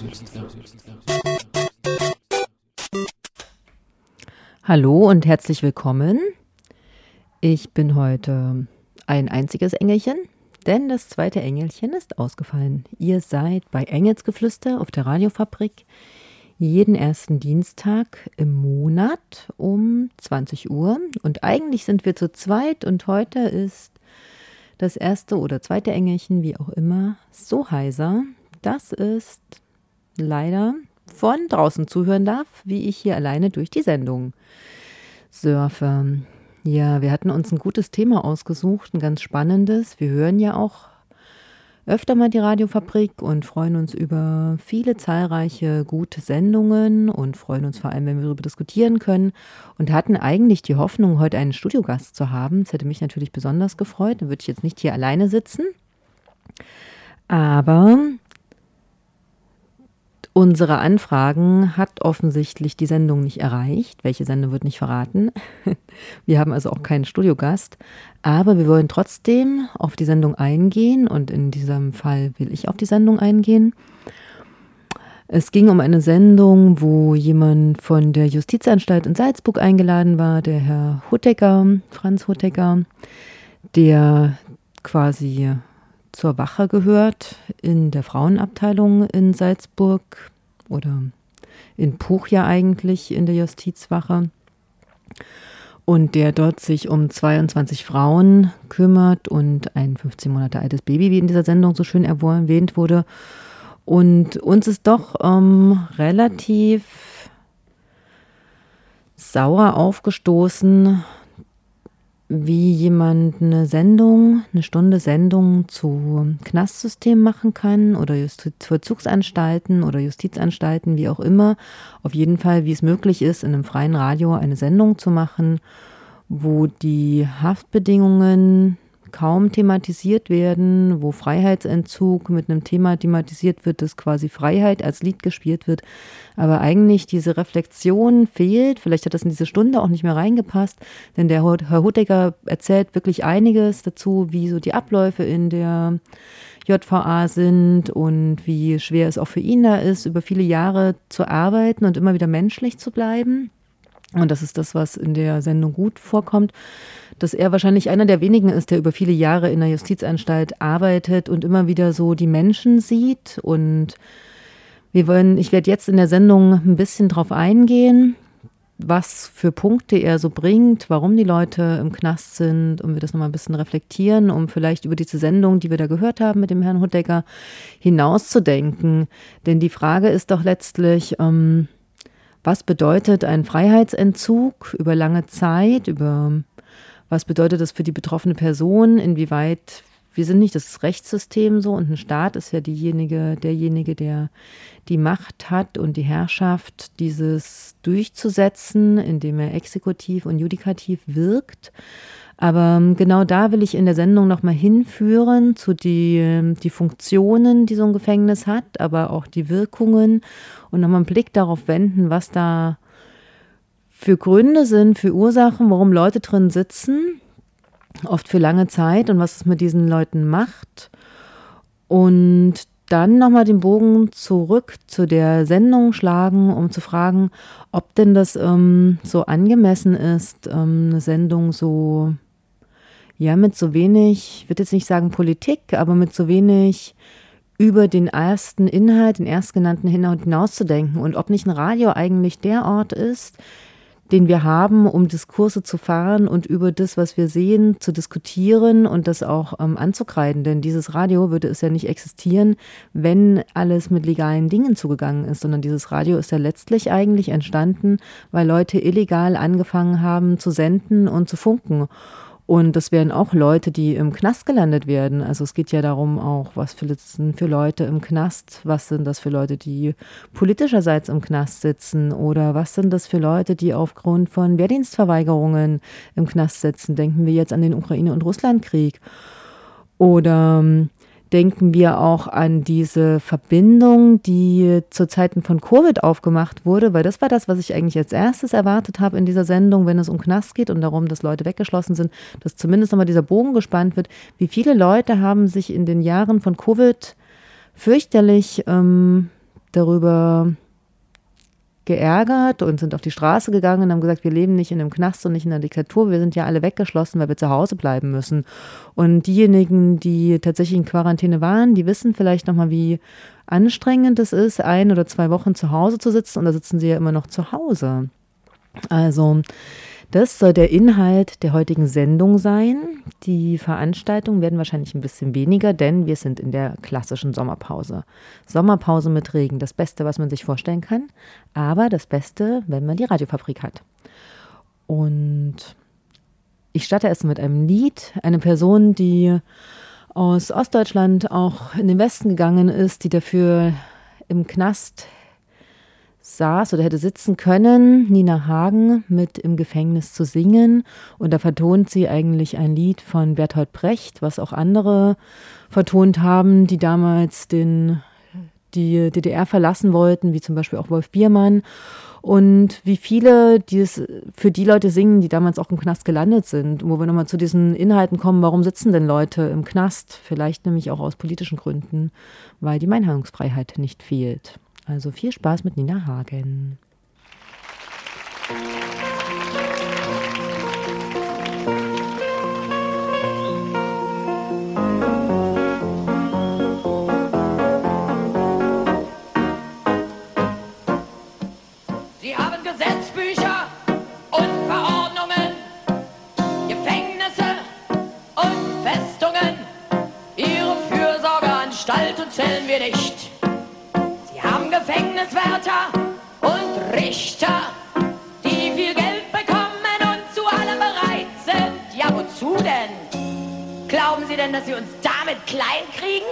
Hallo und herzlich willkommen. Ich bin heute ein einziges Engelchen, denn das zweite Engelchen ist ausgefallen. Ihr seid bei Engelsgeflüster auf der Radiofabrik jeden ersten Dienstag im Monat um 20 Uhr. Und eigentlich sind wir zu zweit und heute ist das erste oder zweite Engelchen, wie auch immer, so heiser, dass es leider von draußen zuhören darf, wie ich hier alleine durch die Sendung surfe. Ja, wir hatten uns ein gutes Thema ausgesucht, ein ganz spannendes. Wir hören ja auch öfter mal die Radiofabrik und freuen uns über viele zahlreiche gute Sendungen und freuen uns vor allem, wenn wir darüber diskutieren können und hatten eigentlich die Hoffnung, heute einen Studiogast zu haben. Das hätte mich natürlich besonders gefreut. Dann würde ich jetzt nicht hier alleine sitzen. Aber unsere Anfragen hat offensichtlich die Sendung nicht erreicht. Welche Sendung wird nicht verraten. Wir haben also auch keinen Studiogast. Aber wir wollen trotzdem auf die Sendung eingehen und in diesem Fall will ich auf die Sendung eingehen. Es ging um eine Sendung, wo jemand von der Justizanstalt in Salzburg eingeladen war, der Herr Huttecker, Franz Huttecker, der quasi zur Wache gehört in der Frauenabteilung in Salzburg oder in Puch ja eigentlich in der Justizwache und der dort sich um 22 Frauen kümmert und ein 15 Monate altes Baby, wie in dieser Sendung so schön erwähnt wurde. Und uns ist doch relativ sauer aufgestoßen, wie jemand eine Stunde Sendung zu Knastsystem machen kann oder Vollzugsanstalten oder Justizanstalten, wie auch immer. Auf jeden Fall, wie es möglich ist, in einem freien Radio eine Sendung zu machen, wo die Haftbedingungen kaum thematisiert werden, wo Freiheitsentzug mit einem Thema thematisiert wird, das quasi Freiheit als Lied gespielt wird, aber eigentlich diese Reflexion fehlt. Vielleicht hat das in diese Stunde auch nicht mehr reingepasst, denn der Herr Huttecker erzählt wirklich einiges dazu, wie so die Abläufe in der JVA sind und wie schwer es auch für ihn da ist, über viele Jahre zu arbeiten und immer wieder menschlich zu bleiben. Und das ist das, was in der Sendung gut vorkommt, dass er wahrscheinlich einer der wenigen ist, der über viele Jahre in der Justizanstalt arbeitet und immer wieder so die Menschen sieht. Und ich werde jetzt in der Sendung ein bisschen drauf eingehen, was für Punkte er so bringt, warum die Leute im Knast sind und wir das nochmal ein bisschen reflektieren, um vielleicht über diese Sendung, die wir da gehört haben mit dem Herrn Huttecker, hinauszudenken. Denn die Frage ist doch letztlich, was bedeutet ein Freiheitsentzug über lange Zeit, was bedeutet das für die betroffene Person, inwieweit, wir sind nicht das Rechtssystem so und ein Staat ist ja derjenige, der die Macht hat und die Herrschaft, dieses durchzusetzen, indem er exekutiv und judikativ wirkt. Aber genau da will ich in der Sendung nochmal hinführen zu die Funktionen, die so ein Gefängnis hat, aber auch die Wirkungen und nochmal einen Blick darauf wenden, was da für Gründe sind, für Ursachen, warum Leute drin sitzen, oft für lange Zeit und was es mit diesen Leuten macht. Und dann nochmal den Bogen zurück zu der Sendung schlagen, um zu fragen, ob denn das so angemessen ist, eine Sendung so, ja, mit so wenig, ich würde jetzt nicht sagen Politik, aber mit so wenig über den ersten Inhalt, den erstgenannten Inhalt hinauszudenken und ob nicht ein Radio eigentlich der Ort ist, den wir haben, um Diskurse zu fahren und über das, was wir sehen, zu diskutieren und das auch anzukreiden. Denn dieses Radio würde es ja nicht existieren, wenn alles mit legalen Dingen zugegangen ist, sondern dieses Radio ist ja letztlich eigentlich entstanden, weil Leute illegal angefangen haben zu senden und zu funken. Und das wären auch Leute, die im Knast gelandet werden. Also es geht ja darum auch, was sind für Leute im Knast, was sind das für Leute, die politischerseits im Knast sitzen oder was sind das für Leute, die aufgrund von Wehrdienstverweigerungen im Knast sitzen. Denken wir jetzt an den Ukraine- und Russlandkrieg. Oder denken wir auch an diese Verbindung, die zu Zeiten von Covid aufgemacht wurde, weil das war das, was ich eigentlich als erstes erwartet habe in dieser Sendung, wenn es um Knast geht und darum, dass Leute weggeschlossen sind, dass zumindest nochmal dieser Bogen gespannt wird. Wie viele Leute haben sich in den Jahren von Covid fürchterlich darüber geärgert und sind auf die Straße gegangen und haben gesagt, wir leben nicht in einem Knast und nicht in einer Diktatur, wir sind ja alle weggeschlossen, weil wir zu Hause bleiben müssen. Und diejenigen, die tatsächlich in Quarantäne waren, die wissen vielleicht nochmal, wie anstrengend es ist, 1 oder 2 Wochen zu Hause zu sitzen, und da sitzen sie ja immer noch zu Hause. Also das soll der Inhalt der heutigen Sendung sein. Die Veranstaltungen werden wahrscheinlich ein bisschen weniger, denn wir sind in der klassischen Sommerpause. Sommerpause mit Regen, das Beste, was man sich vorstellen kann, aber das Beste, wenn man die Radiofabrik hat. Und ich starte erst mit einem Lied. Eine Person, die aus Ostdeutschland auch in den Westen gegangen ist, die dafür im Knast saß oder hätte sitzen können, Nina Hagen, mit Im Gefängnis zu singen. Und da vertont sie eigentlich ein Lied von Bertolt Brecht, was auch andere vertont haben, die damals die DDR verlassen wollten, wie zum Beispiel auch Wolf Biermann. Und wie viele, die es für die Leute singen, die damals auch im Knast gelandet sind, wo wir nochmal zu diesen Inhalten kommen, warum sitzen denn Leute im Knast? Vielleicht nämlich auch aus politischen Gründen, weil die Meinungsfreiheit nicht fehlt. Also viel Spaß mit Nina Hagen. Sie haben Gesetzbücher und Verordnungen, Gefängnisse und Festungen. Ihre Fürsorgeanstalten zählen wir nicht. Gefängniswärter und Richter, die viel Geld bekommen und zu allem bereit sind. Ja, wozu denn? Glauben Sie denn, dass Sie uns damit klein kriegen?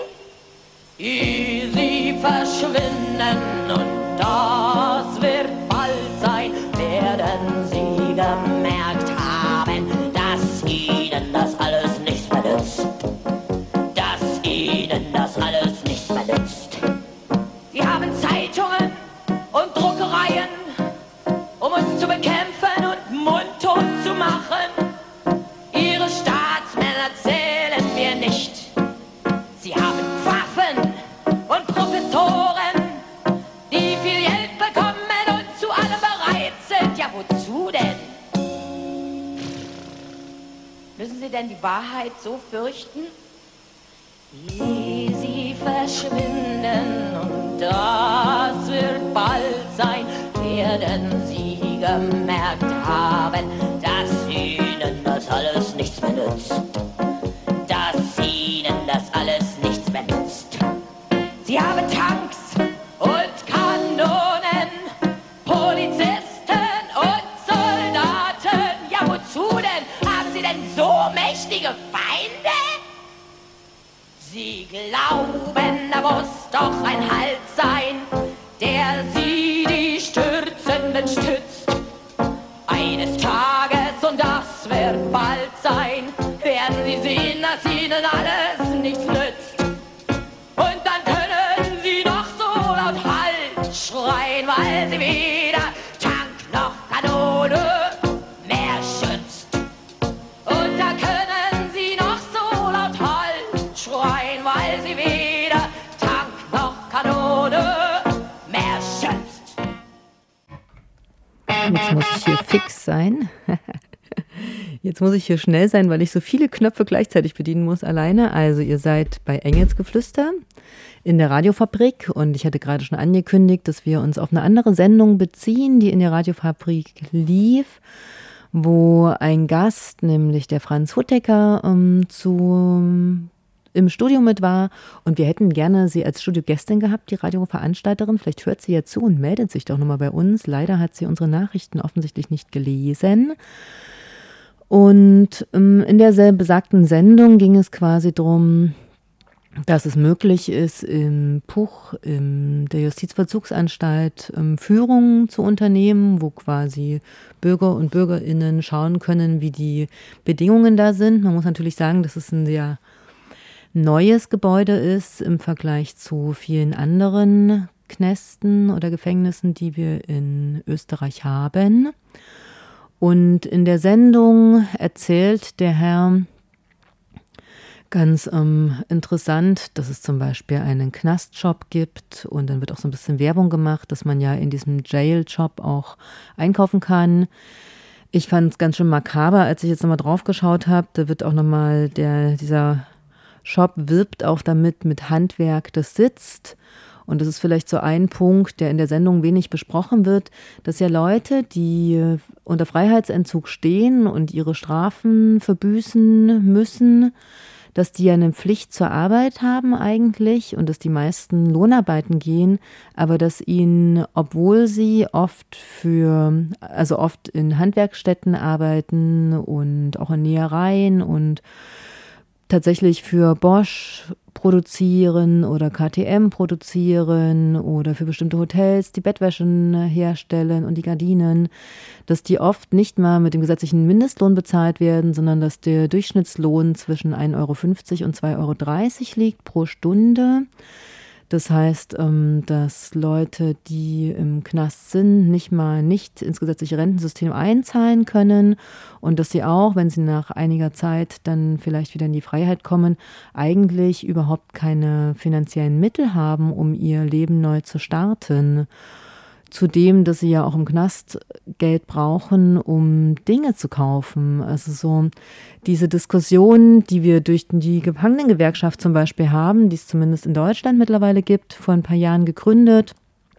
Sie verschwinden und das wird bald sein, werden Sie gemerkt haben, dass Ihnen das alles nichts mehr nützt. Dass Ihnen das alles nichts mehr nützt. Wir haben Zeitungen und Druckereien, um uns zu bekämpfen und mundtot zu machen. Ihre Staatsmänner zählen wir nicht. Sie haben Waffen und Professoren, die viel Geld bekommen und zu allem bereit sind. Ja, wozu denn? Müssen Sie denn die Wahrheit so fürchten? Sie verschwinden und das wird bald sein, werden Sie gemerkt haben, dass Ihnen das alles nichts mehr nützt. Dass Ihnen das alles nichts mehr nützt. Sie haben Tanks und Kanonen, Polizisten und Soldaten. Ja, wozu denn? Haben Sie denn so mächtige Feinde? Sie glauben, da muss doch ein Halt sein, der Sie, die Stürzenden, stützt. Eines Tages, und das wird bald sein, werden Sie sehen, dass Ihnen alles nichts nützt. Und dann können Sie noch so laut Halt schreien, weil Sie weder Tank noch Kanone mehr schützt. Und da können Sie noch so laut Halt schreien, weil Sie weder Tank noch Kanone mehr schützt. Jetzt muss ich hier fix sein. Jetzt muss ich hier schnell sein, weil ich so viele Knöpfe gleichzeitig bedienen muss alleine. Also ihr seid bei Engelsgeflüster in der Radiofabrik und ich hatte gerade schon angekündigt, dass wir uns auf eine andere Sendung beziehen, die in der Radiofabrik lief, wo ein Gast, nämlich der Franz Huttecker, im Studio mit war und wir hätten gerne sie als Studiogästin gehabt, die Radioveranstalterin. Vielleicht hört sie ja zu und meldet sich doch nochmal bei uns. Leider hat sie unsere Nachrichten offensichtlich nicht gelesen. Und in der besagten Sendung ging es quasi darum, dass es möglich ist, im Puch, in der Justizvollzugsanstalt, Führungen zu unternehmen, wo quasi Bürger und BürgerInnen schauen können, wie die Bedingungen da sind. Man muss natürlich sagen, dass es ein sehr neues Gebäude ist im Vergleich zu vielen anderen Knästen oder Gefängnissen, die wir in Österreich haben. Und in der Sendung erzählt der Herr Ganz interessant, dass es zum Beispiel einen Knastshop gibt und dann wird auch so ein bisschen Werbung gemacht, dass man ja in diesem Jail-Shop auch einkaufen kann. Ich fand es ganz schön makaber, als ich jetzt nochmal drauf geschaut habe. Da wird auch nochmal dieser Shop wirbt auch damit mit Handwerk, das sitzt. Und das ist vielleicht so ein Punkt, der in der Sendung wenig besprochen wird, dass ja Leute, die unter Freiheitsentzug stehen und ihre Strafen verbüßen müssen, dass die ja eine Pflicht zur Arbeit haben eigentlich und dass die meisten Lohnarbeiten gehen, aber dass ihnen, obwohl sie oft in Handwerksstätten arbeiten und auch in Nähereien und tatsächlich für Bosch produzieren oder KTM produzieren oder für bestimmte Hotels die Bettwäschen herstellen und die Gardinen, dass die oft nicht mal mit dem gesetzlichen Mindestlohn bezahlt werden, sondern dass der Durchschnittslohn zwischen 1,50 € und 2,30 € liegt pro Stunde. Das heißt, dass Leute, die im Knast sind, nicht ins gesetzliche Rentensystem einzahlen können und dass sie auch, wenn sie nach einiger Zeit dann vielleicht wieder in die Freiheit kommen, eigentlich überhaupt keine finanziellen Mittel haben, um ihr Leben neu zu starten. Zudem, dass sie ja auch im Knast Geld brauchen, um Dinge zu kaufen. Also so diese Diskussion, die wir durch die Gefangenengewerkschaft zum Beispiel haben, die es zumindest in Deutschland mittlerweile gibt, vor ein paar Jahren gegründet,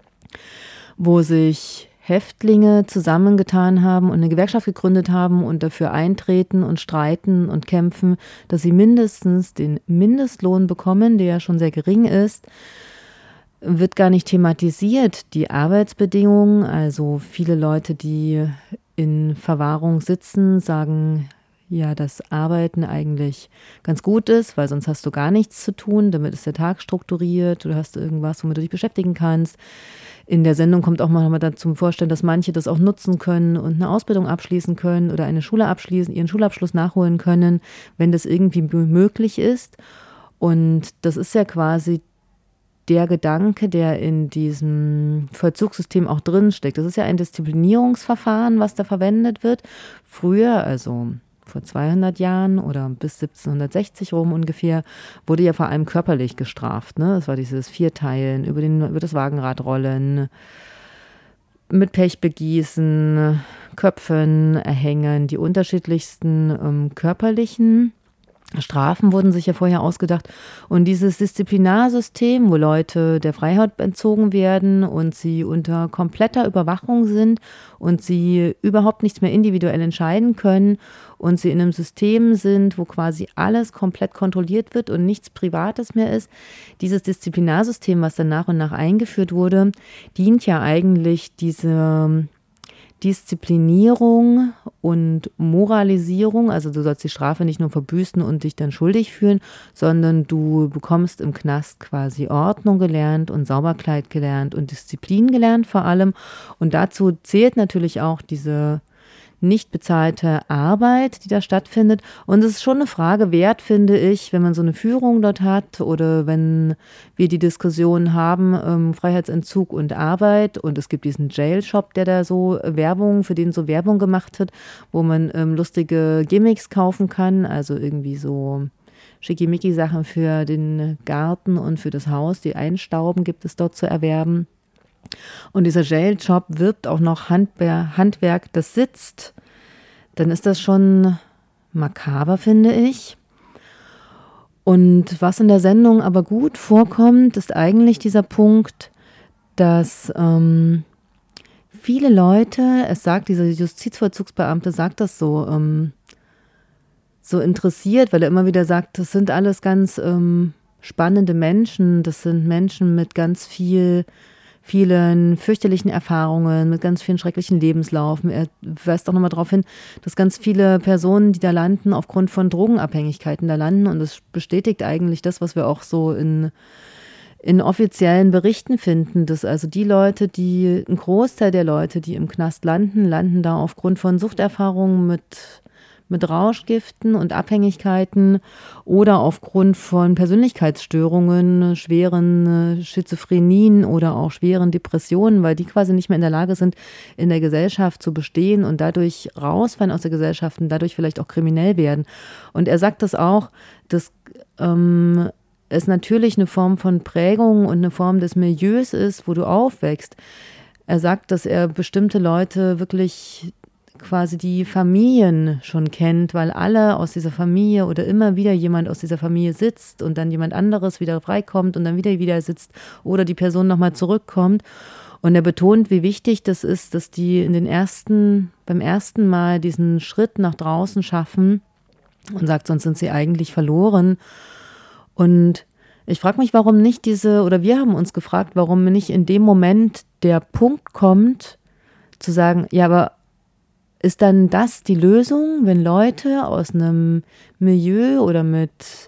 wo sich Häftlinge zusammengetan haben und eine Gewerkschaft gegründet haben und dafür eintreten und streiten und kämpfen, dass sie mindestens den Mindestlohn bekommen, der ja schon sehr gering ist, wird gar nicht thematisiert. Die Arbeitsbedingungen, also viele Leute, die in Verwahrung sitzen, sagen ja, dass Arbeiten eigentlich ganz gut ist, weil sonst hast du gar nichts zu tun, damit ist der Tag strukturiert, du hast irgendwas, womit du dich beschäftigen kannst. In der Sendung kommt auch mal dazu vorstellen, dass manche das auch nutzen können und eine Ausbildung abschließen können oder eine Schule abschließen, ihren Schulabschluss nachholen können, wenn das irgendwie möglich ist. Und das ist ja quasi der Gedanke, der in diesem Vollzugssystem auch drinsteckt. Das ist ja ein Disziplinierungsverfahren, was da verwendet wird. Früher, also vor 200 Jahren oder bis 1760 rum ungefähr, wurde ja vor allem körperlich gestraft. Ne? Das war dieses Vierteilen, über das Wagenrad rollen, mit Pech begießen, Köpfen erhängen, die unterschiedlichsten körperlichen Strafen wurden sich ja vorher ausgedacht. Und dieses Disziplinarsystem, wo Leute der Freiheit entzogen werden und sie unter kompletter Überwachung sind und sie überhaupt nichts mehr individuell entscheiden können und sie in einem System sind, wo quasi alles komplett kontrolliert wird und nichts Privates mehr ist. Dieses Disziplinarsystem, was dann nach und nach eingeführt wurde, dient ja eigentlich diese Disziplinierung und Moralisierung, also du sollst die Strafe nicht nur verbüßen und dich dann schuldig fühlen, sondern du bekommst im Knast quasi Ordnung gelernt und Sauberkeit gelernt und Disziplin gelernt vor allem. Und dazu zählt natürlich auch diese nicht bezahlte Arbeit, die da stattfindet. Und es ist schon eine Frage wert, finde ich, wenn man so eine Führung dort hat oder wenn wir die Diskussion haben, Freiheitsentzug und Arbeit und es gibt diesen Jail-Shop, der da für den so Werbung gemacht wird, wo man lustige Gimmicks kaufen kann, also irgendwie so Schickimicki-Sachen für den Garten und für das Haus, die Einstauben gibt es dort zu erwerben. Und dieser Jail-Shop wirbt auch noch Handwerk, das sitzt, dann ist das schon makaber, finde ich. Und was in der Sendung aber gut vorkommt, ist eigentlich dieser Punkt, dass viele Leute, dieser Justizvollzugsbeamte sagt das so interessiert, weil er immer wieder sagt, das sind alles ganz spannende Menschen, das sind Menschen mit ganz vielen fürchterlichen Erfahrungen, mit ganz vielen schrecklichen Lebenslaufen. Er weist auch nochmal darauf hin, dass ganz viele Personen, die da landen, aufgrund von Drogenabhängigkeiten da landen. Und das bestätigt eigentlich das, was wir auch so in offiziellen Berichten finden, dass also ein Großteil der Leute, die im Knast landen da aufgrund von Suchterfahrungen mit mit Rauschgiften und Abhängigkeiten oder aufgrund von Persönlichkeitsstörungen, schweren Schizophrenien oder auch schweren Depressionen, weil die quasi nicht mehr in der Lage sind, in der Gesellschaft zu bestehen und dadurch rausfallen aus der Gesellschaft und dadurch vielleicht auch kriminell werden. Und er sagt das auch, dass es natürlich eine Form von Prägung und eine Form des Milieus ist, wo du aufwächst. Er sagt, dass er bestimmte Leute wirklich quasi die Familien schon kennt, weil alle aus dieser Familie oder immer wieder jemand aus dieser Familie sitzt und dann jemand anderes wieder freikommt und dann wieder sitzt oder die Person nochmal zurückkommt. Und er betont, wie wichtig das ist, dass die beim ersten Mal diesen Schritt nach draußen schaffen und sagt, sonst sind sie eigentlich verloren. Und ich frage mich, warum nicht wir haben uns gefragt, warum nicht in dem Moment der Punkt kommt, zu sagen, ja, aber ist dann das die Lösung, wenn Leute aus einem Milieu oder mit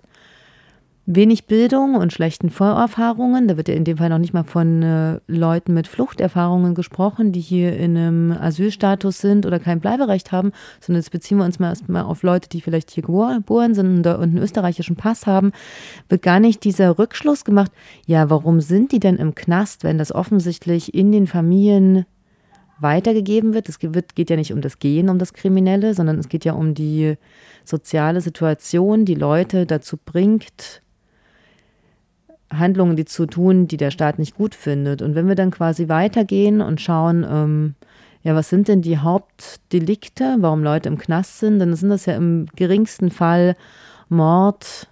wenig Bildung und schlechten Vorerfahrungen, da wird ja in dem Fall noch nicht mal von Leuten mit Fluchterfahrungen gesprochen, die hier in einem Asylstatus sind oder kein Bleiberecht haben, sondern jetzt beziehen wir uns mal erstmal auf Leute, die vielleicht hier geboren sind und einen österreichischen Pass haben, wird gar nicht dieser Rückschluss gemacht, ja, warum sind die denn im Knast, wenn das offensichtlich in den Familien weitergegeben wird. Es geht ja nicht um das Gehen, um das Kriminelle, sondern es geht ja um die soziale Situation, die Leute dazu bringt, Handlungen, die zu tun, die der Staat nicht gut findet. Und wenn wir dann quasi weitergehen und schauen, ja, was sind denn die Hauptdelikte, warum Leute im Knast sind, dann sind das ja im geringsten Fall Mord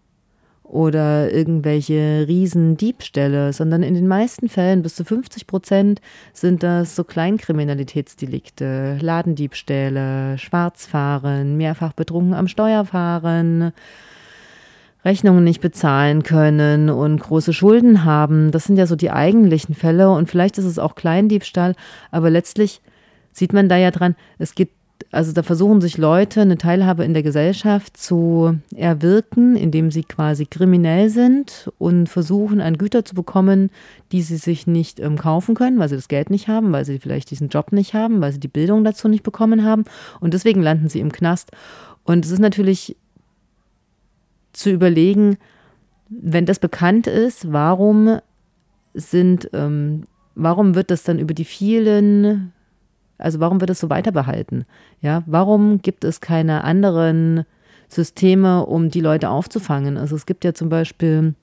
oder irgendwelche Riesendiebstähle, sondern in den meisten Fällen, bis zu 50%, sind das so Kleinkriminalitätsdelikte, Ladendiebstähle, Schwarzfahren, mehrfach betrunken am Steuer fahren, Rechnungen nicht bezahlen können und große Schulden haben. Das sind ja so die eigentlichen Fälle und vielleicht ist es auch Kleindiebstahl, aber letztlich sieht man da ja dran, da versuchen sich Leute eine Teilhabe in der Gesellschaft zu erwirken, indem sie quasi kriminell sind und versuchen, an Güter zu bekommen, die sie sich nicht kaufen können, weil sie das Geld nicht haben, weil sie vielleicht diesen Job nicht haben, weil sie die Bildung dazu nicht bekommen haben und deswegen landen sie im Knast. Und es ist natürlich zu überlegen, wenn das bekannt ist, warum wird das dann über die vielen, also warum wird es so weiter behalten? Ja, warum gibt es keine anderen Systeme, um die Leute aufzufangen? Also es gibt ja zum Beispiel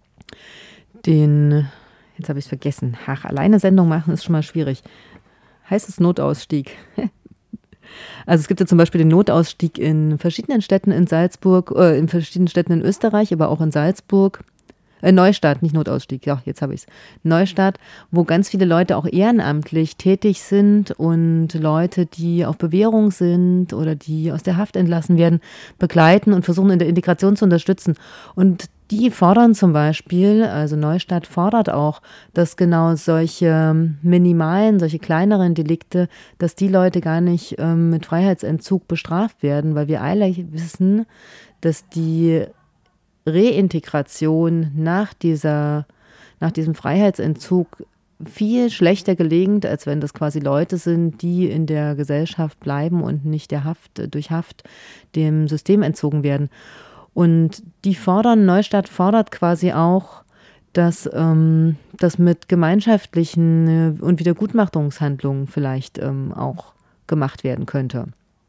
jetzt habe ich es vergessen, alleine Sendung machen ist schon mal schwierig. Heißt es Notausstieg? Also es gibt ja zum Beispiel den Notausstieg in verschiedenen Städten in Salzburg, in verschiedenen Städten in Österreich, aber auch in Salzburg. Neustadt, nicht Notausstieg, ja, jetzt habe ich es. Neustadt, wo ganz viele Leute auch ehrenamtlich tätig sind und Leute, die auf Bewährung sind oder die aus der Haft entlassen werden, begleiten und versuchen, in der Integration zu unterstützen. Und die fordern zum Beispiel, also Neustadt fordert auch, dass genau solche solche kleineren Delikte, dass die Leute gar nicht mit Freiheitsentzug bestraft werden, weil wir alle wissen, dass die Reintegration nach diesem Freiheitsentzug viel schlechter gelingt, als wenn das quasi Leute sind, die in der Gesellschaft bleiben und nicht durch Haft dem System entzogen werden. Und Neustadt fordert quasi auch, dass das mit gemeinschaftlichen und Wiedergutmachungshandlungen vielleicht auch gemacht werden könnte.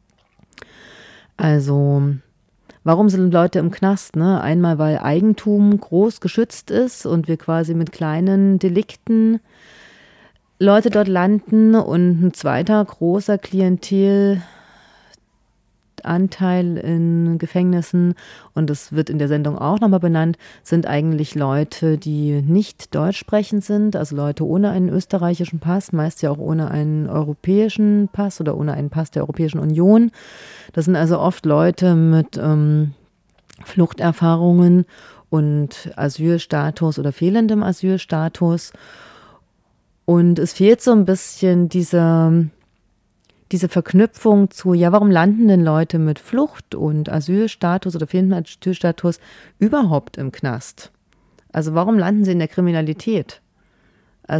Also warum sind Leute im Knast? Ne? Einmal, weil Eigentum groß geschützt ist und wir quasi mit kleinen Delikten Leute dort landen und ein zweiter großer Klientelanteil in Gefängnissen, und das wird in der Sendung auch nochmal benannt, sind eigentlich Leute, die nicht deutsch sprechend sind, also Leute ohne einen österreichischen Pass, meist ja auch ohne einen europäischen Pass oder ohne einen Pass der Europäischen Union. Das sind also oft Leute mit Fluchterfahrungen und Asylstatus oder fehlendem Asylstatus. Und es fehlt so ein bisschen diese Verknüpfung zu, ja, warum landen denn Leute mit Flucht und Asylstatus oder fehlendem Asylstatus überhaupt im Knast? Also warum landen sie in der Kriminalität? Also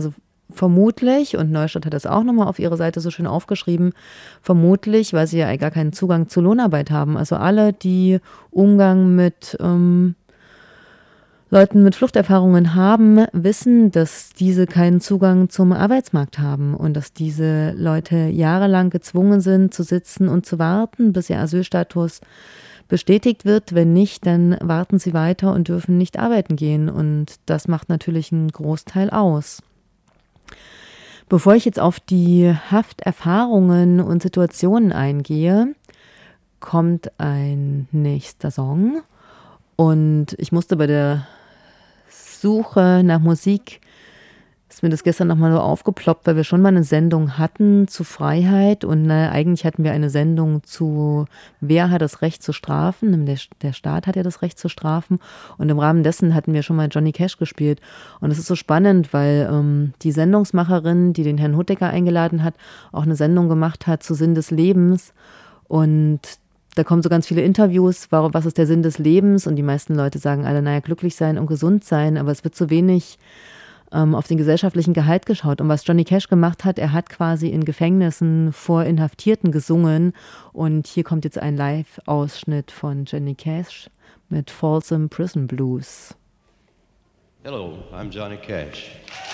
vermutlich, und Neustadt hat das auch nochmal auf ihrer Seite so schön aufgeschrieben, vermutlich, weil sie ja gar keinen Zugang zu Lohnarbeit haben. Also alle, die Umgang mit Leuten mit Fluchterfahrungen haben, wissen, dass diese keinen Zugang zum Arbeitsmarkt haben und dass diese Leute jahrelang gezwungen sind, zu sitzen und zu warten, bis ihr Asylstatus bestätigt wird. Wenn nicht, dann warten sie weiter und dürfen nicht arbeiten gehen. Und das macht natürlich einen Großteil aus. Bevor ich jetzt auf die Hafterfahrungen und Situationen eingehe, kommt ein nächster Song. Und ich musste bei der Suche nach Musik, ist mir das gestern nochmal so aufgeploppt, weil wir schon mal eine Sendung hatten zu Freiheit und eigentlich hatten wir eine Sendung zu, wer hat das Recht zu strafen, der Staat hat ja das Recht zu strafen, und im Rahmen dessen hatten wir schon mal Johnny Cash gespielt, und es ist so spannend, weil die Sendungsmacherin, die den Herrn Huttecker eingeladen hat, auch eine Sendung gemacht hat zu Sinn des Lebens, und da kommen so ganz viele Interviews, was ist der Sinn des Lebens? Und die meisten Leute sagen alle, naja, glücklich sein und gesund sein, aber es wird so wenig auf den gesellschaftlichen Gehalt geschaut. Und was Johnny Cash gemacht hat, er hat quasi in Gefängnissen vor Inhaftierten gesungen. Und hier kommt jetzt ein Live-Ausschnitt von Johnny Cash mit Folsom Prison Blues. Hello, I'm Johnny Cash.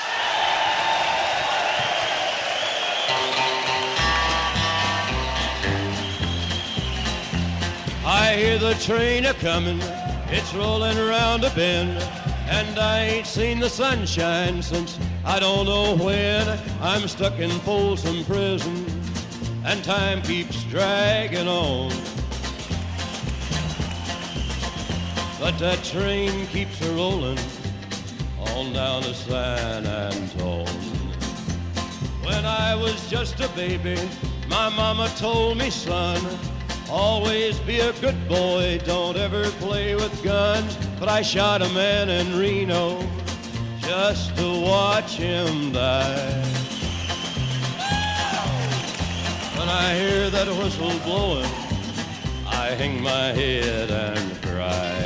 I hear the train a-comin', it's rollin' around a bend, and I ain't seen the sunshine since I don't know when. I'm stuck in Folsom Prison, and time keeps dragging on. But that train keeps a-rollin' on down to San Antone. When I was just a baby, my mama told me, son, always be a good boy, don't ever play with guns. But I shot a man in Reno just to watch him die. When I hear that whistle blowing, I hang my head and cry.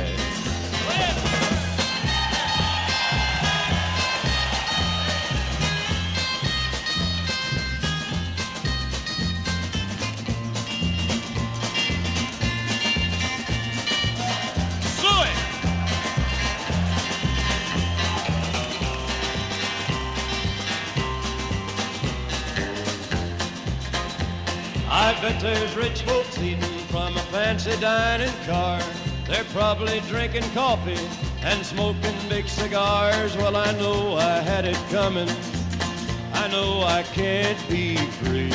I bet there's rich folks eating from a fancy dining car. They're probably drinking coffee and smoking big cigars. Well, I know I had it coming. I know I can't be free.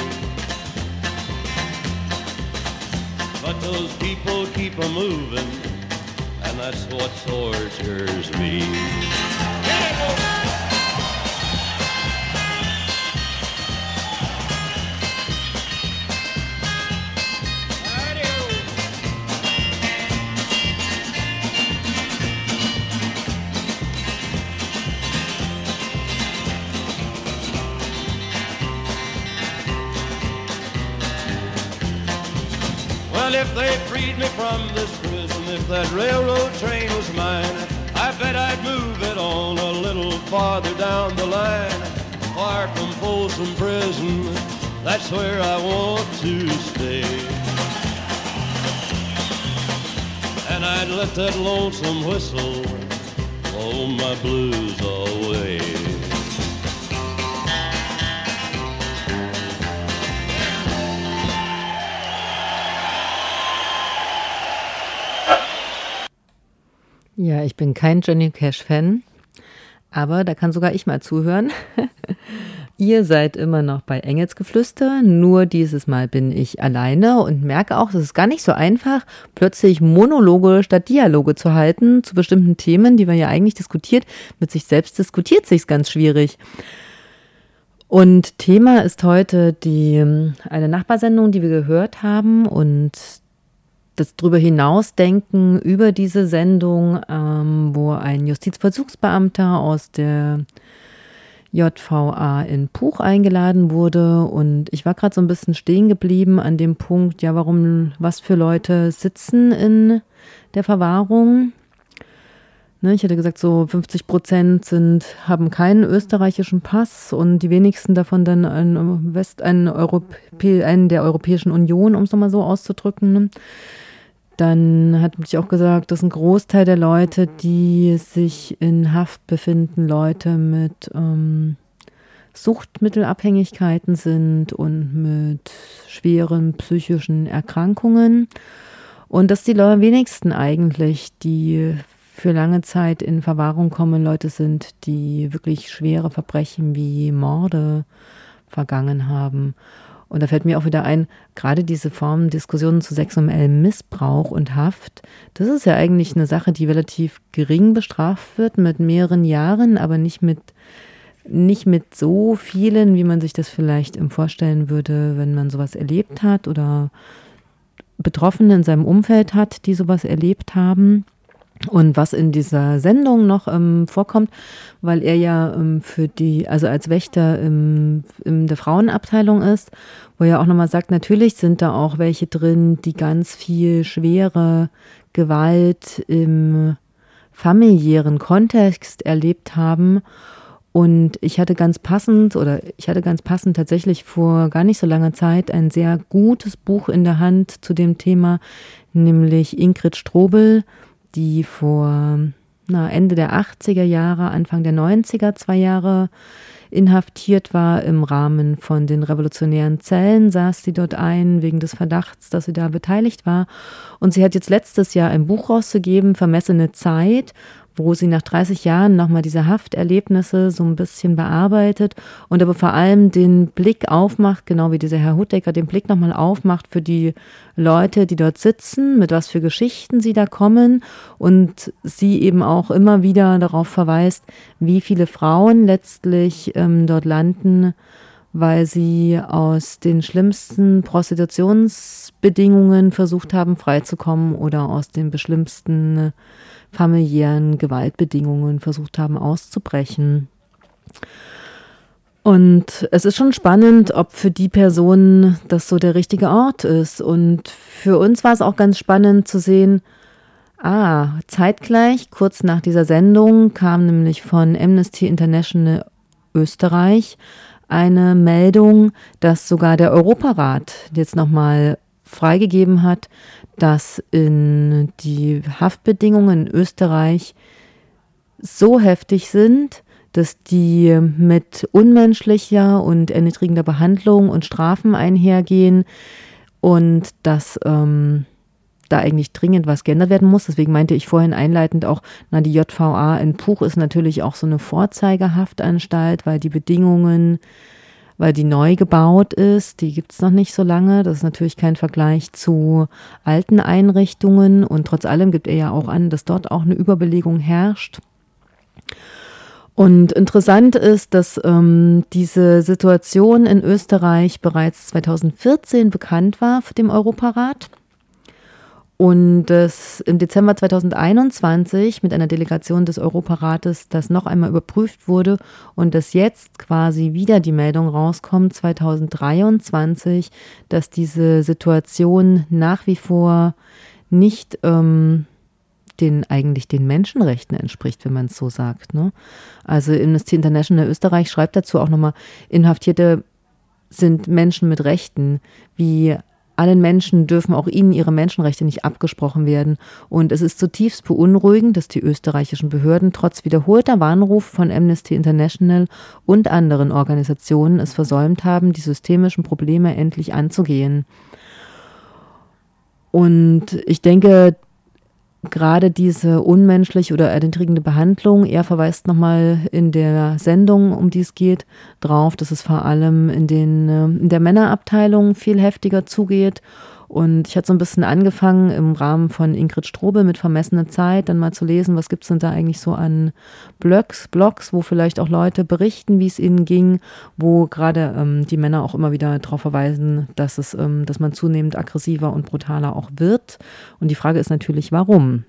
But those people keep a-moving, and that's what tortures me. Well, if they freed me from this prison, if that railroad train was mine, I bet I'd move it on a little farther down the line. Far from Folsom Prison, that's where I want to stay. And I'd let that lonesome whistle blow my blues away. Ja, ich bin kein Johnny Cash-Fan, aber da kann sogar ich mal zuhören. Ihr seid immer noch bei Engelsgeflüster, nur dieses Mal bin ich alleine und merke auch, es ist gar nicht so einfach, plötzlich Monologe statt Dialoge zu halten zu bestimmten Themen, die man ja eigentlich diskutiert. Mit sich selbst diskutiert sich's ganz schwierig. Und Thema ist heute eine Nachbarsendung, die wir gehört haben, und das drüber hinausdenken über diese Sendung, wo ein Justizvollzugsbeamter aus der JVA in Puch eingeladen wurde. Und ich war gerade so ein bisschen stehen geblieben an dem Punkt, ja, was für Leute sitzen in der Verwahrung. Ne, ich hatte gesagt, so 50% haben keinen österreichischen Pass und die wenigsten davon dann einen der Europäischen Union, um es nochmal so auszudrücken. Ne? Dann hat mich auch gesagt, dass ein Großteil der Leute, die sich in Haft befinden, Leute mit Suchtmittelabhängigkeiten sind und mit schweren psychischen Erkrankungen. Und dass die wenigsten eigentlich, die für lange Zeit in Verwahrung kommen, Leute sind, die wirklich schwere Verbrechen wie Morde vergangen haben. Und da fällt mir auch wieder ein, gerade diese Formen Diskussionen zu sexuellem Missbrauch und Haft, das ist ja eigentlich eine Sache, die relativ gering bestraft wird, mit mehreren Jahren, aber nicht mit so vielen, wie man sich das vielleicht vorstellen würde, wenn man sowas erlebt hat oder Betroffene in seinem Umfeld hat, die sowas erlebt haben. Und was in dieser Sendung noch vorkommt, weil er ja also als Wächter in der Frauenabteilung ist, wo er auch nochmal sagt, natürlich sind da auch welche drin, die ganz viel schwere Gewalt im familiären Kontext erlebt haben. Und ich hatte ganz passend tatsächlich vor gar nicht so langer Zeit ein sehr gutes Buch in der Hand zu dem Thema, nämlich Ingrid Strobel, die vor Ende der 80er Jahre, Anfang der 90er 2 Jahre inhaftiert war. Im Rahmen von den revolutionären Zellen saß sie dort ein, wegen des Verdachts, dass sie da beteiligt war. Und sie hat jetzt letztes Jahr ein Buch rausgegeben, Vermessene Zeit, wo sie nach 30 Jahren nochmal diese Hafterlebnisse so ein bisschen bearbeitet und aber vor allem den Blick aufmacht, genau wie dieser Herr Hutdecker, den Blick nochmal aufmacht für die Leute, die dort sitzen, mit was für Geschichten sie da kommen und sie eben auch immer wieder darauf verweist, wie viele Frauen letztlich dort landen, weil sie aus den schlimmsten Prostitutionsbedingungen versucht haben, freizukommen oder aus den schlimmsten familiären Gewaltbedingungen versucht haben auszubrechen. Und es ist schon spannend, ob für die Person das so der richtige Ort ist. Und für uns war es auch ganz spannend zu sehen, zeitgleich, kurz nach dieser Sendung, kam nämlich von Amnesty International Österreich eine Meldung, dass sogar der Europarat jetzt nochmal freigegeben hat, dass die Haftbedingungen in Österreich so heftig sind, dass die mit unmenschlicher und erniedrigender Behandlung und Strafen einhergehen und dass da eigentlich dringend was geändert werden muss. Deswegen meinte ich vorhin einleitend auch, die JVA in Puch ist natürlich auch so eine Vorzeigehaftanstalt, weil die neu gebaut ist, die gibt es noch nicht so lange. Das ist natürlich kein Vergleich zu alten Einrichtungen und trotz allem gibt er ja auch an, dass dort auch eine Überbelegung herrscht. Und interessant ist, dass diese Situation in Österreich bereits 2014 bekannt war für den Europarat. Und dass im Dezember 2021 mit einer Delegation des Europarates das noch einmal überprüft wurde und dass jetzt quasi wieder die Meldung rauskommt, 2023, dass diese Situation nach wie vor nicht den Menschenrechten entspricht, wenn man es so sagt. Ne? Also Amnesty International Österreich schreibt dazu auch nochmal, Inhaftierte sind Menschen mit Rechten, wie allen Menschen dürfen auch ihnen ihre Menschenrechte nicht abgesprochen werden. Und es ist zutiefst beunruhigend, dass die österreichischen Behörden trotz wiederholter Warnrufe von Amnesty International und anderen Organisationen es versäumt haben, die systemischen Probleme endlich anzugehen. Und ich denke, gerade diese unmenschliche oder erniedrigende Behandlung, er verweist nochmal in der Sendung, um die es geht, drauf, dass es vor allem in der Männerabteilung viel heftiger zugeht. Und ich hatte so ein bisschen angefangen, im Rahmen von Ingrid Strobel mit Vermessene Zeit dann mal zu lesen, was gibt es denn da eigentlich so an Blogs, wo vielleicht auch Leute berichten, wie es ihnen ging, wo gerade die Männer auch immer wieder darauf verweisen, dass man zunehmend aggressiver und brutaler auch wird. Und die Frage ist natürlich, warum?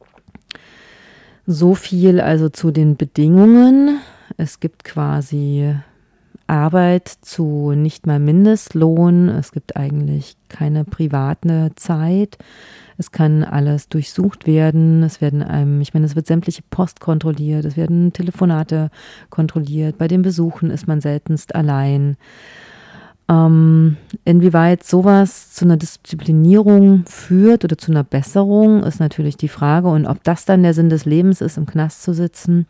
So viel also zu den Bedingungen. Es gibt quasi Arbeit zu nicht mal Mindestlohn. Es gibt eigentlich keine private Zeit. Es kann alles durchsucht werden. Es wird sämtliche Post kontrolliert. Es werden Telefonate kontrolliert. Bei den Besuchen ist man seltenst allein. Inwieweit sowas zu einer Disziplinierung führt oder zu einer Besserung, ist natürlich die Frage. Und ob das dann der Sinn des Lebens ist, im Knast zu sitzen.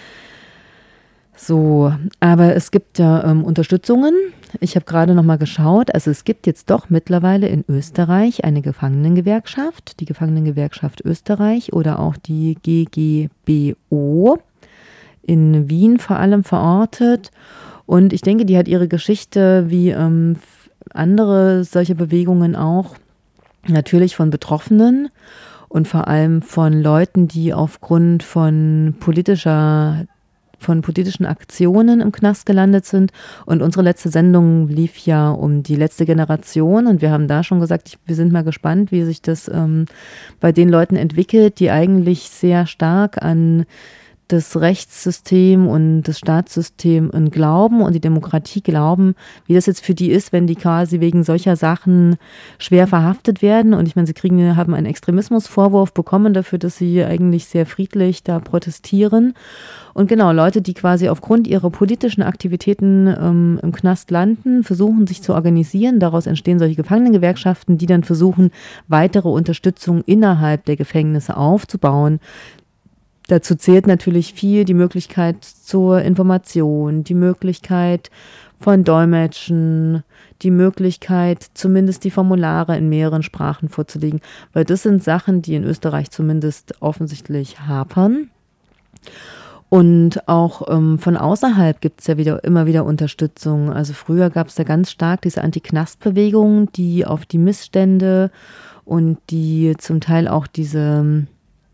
So, aber es gibt ja Unterstützungen. Ich habe gerade noch mal geschaut. Also es gibt jetzt doch mittlerweile in Österreich eine Gefangenengewerkschaft, die Gefangenengewerkschaft Österreich oder auch die GGBO, in Wien vor allem verortet. Und ich denke, die hat ihre Geschichte wie andere solche Bewegungen auch, natürlich von Betroffenen und vor allem von Leuten, die aufgrund von politischen Aktionen im Knast gelandet sind. Und unsere letzte Sendung lief ja um die letzte Generation. Und wir haben da schon gesagt, wir sind mal gespannt, wie sich das bei den Leuten entwickelt, die eigentlich sehr stark an das Rechtssystem und das Staatssystem und glauben und die Demokratie glauben, wie das jetzt für die ist, wenn die quasi wegen solcher Sachen schwer verhaftet werden. Und ich meine, haben einen Extremismusvorwurf bekommen dafür, dass sie eigentlich sehr friedlich da protestieren. Und genau, Leute, die quasi aufgrund ihrer politischen Aktivitäten im Knast landen, versuchen sich zu organisieren. Daraus entstehen solche Gefangenengewerkschaften, die dann versuchen, weitere Unterstützung innerhalb der Gefängnisse aufzubauen. Dazu zählt natürlich viel die Möglichkeit zur Information, die Möglichkeit von Dolmetschen, die Möglichkeit, zumindest die Formulare in mehreren Sprachen vorzulegen, weil das sind Sachen, die in Österreich zumindest offensichtlich hapern. Und auch von außerhalb gibt es ja immer wieder Unterstützung. Also früher gab es ja ganz stark diese Anti-Knast-Bewegung, die auf die Missstände und die zum Teil auch diese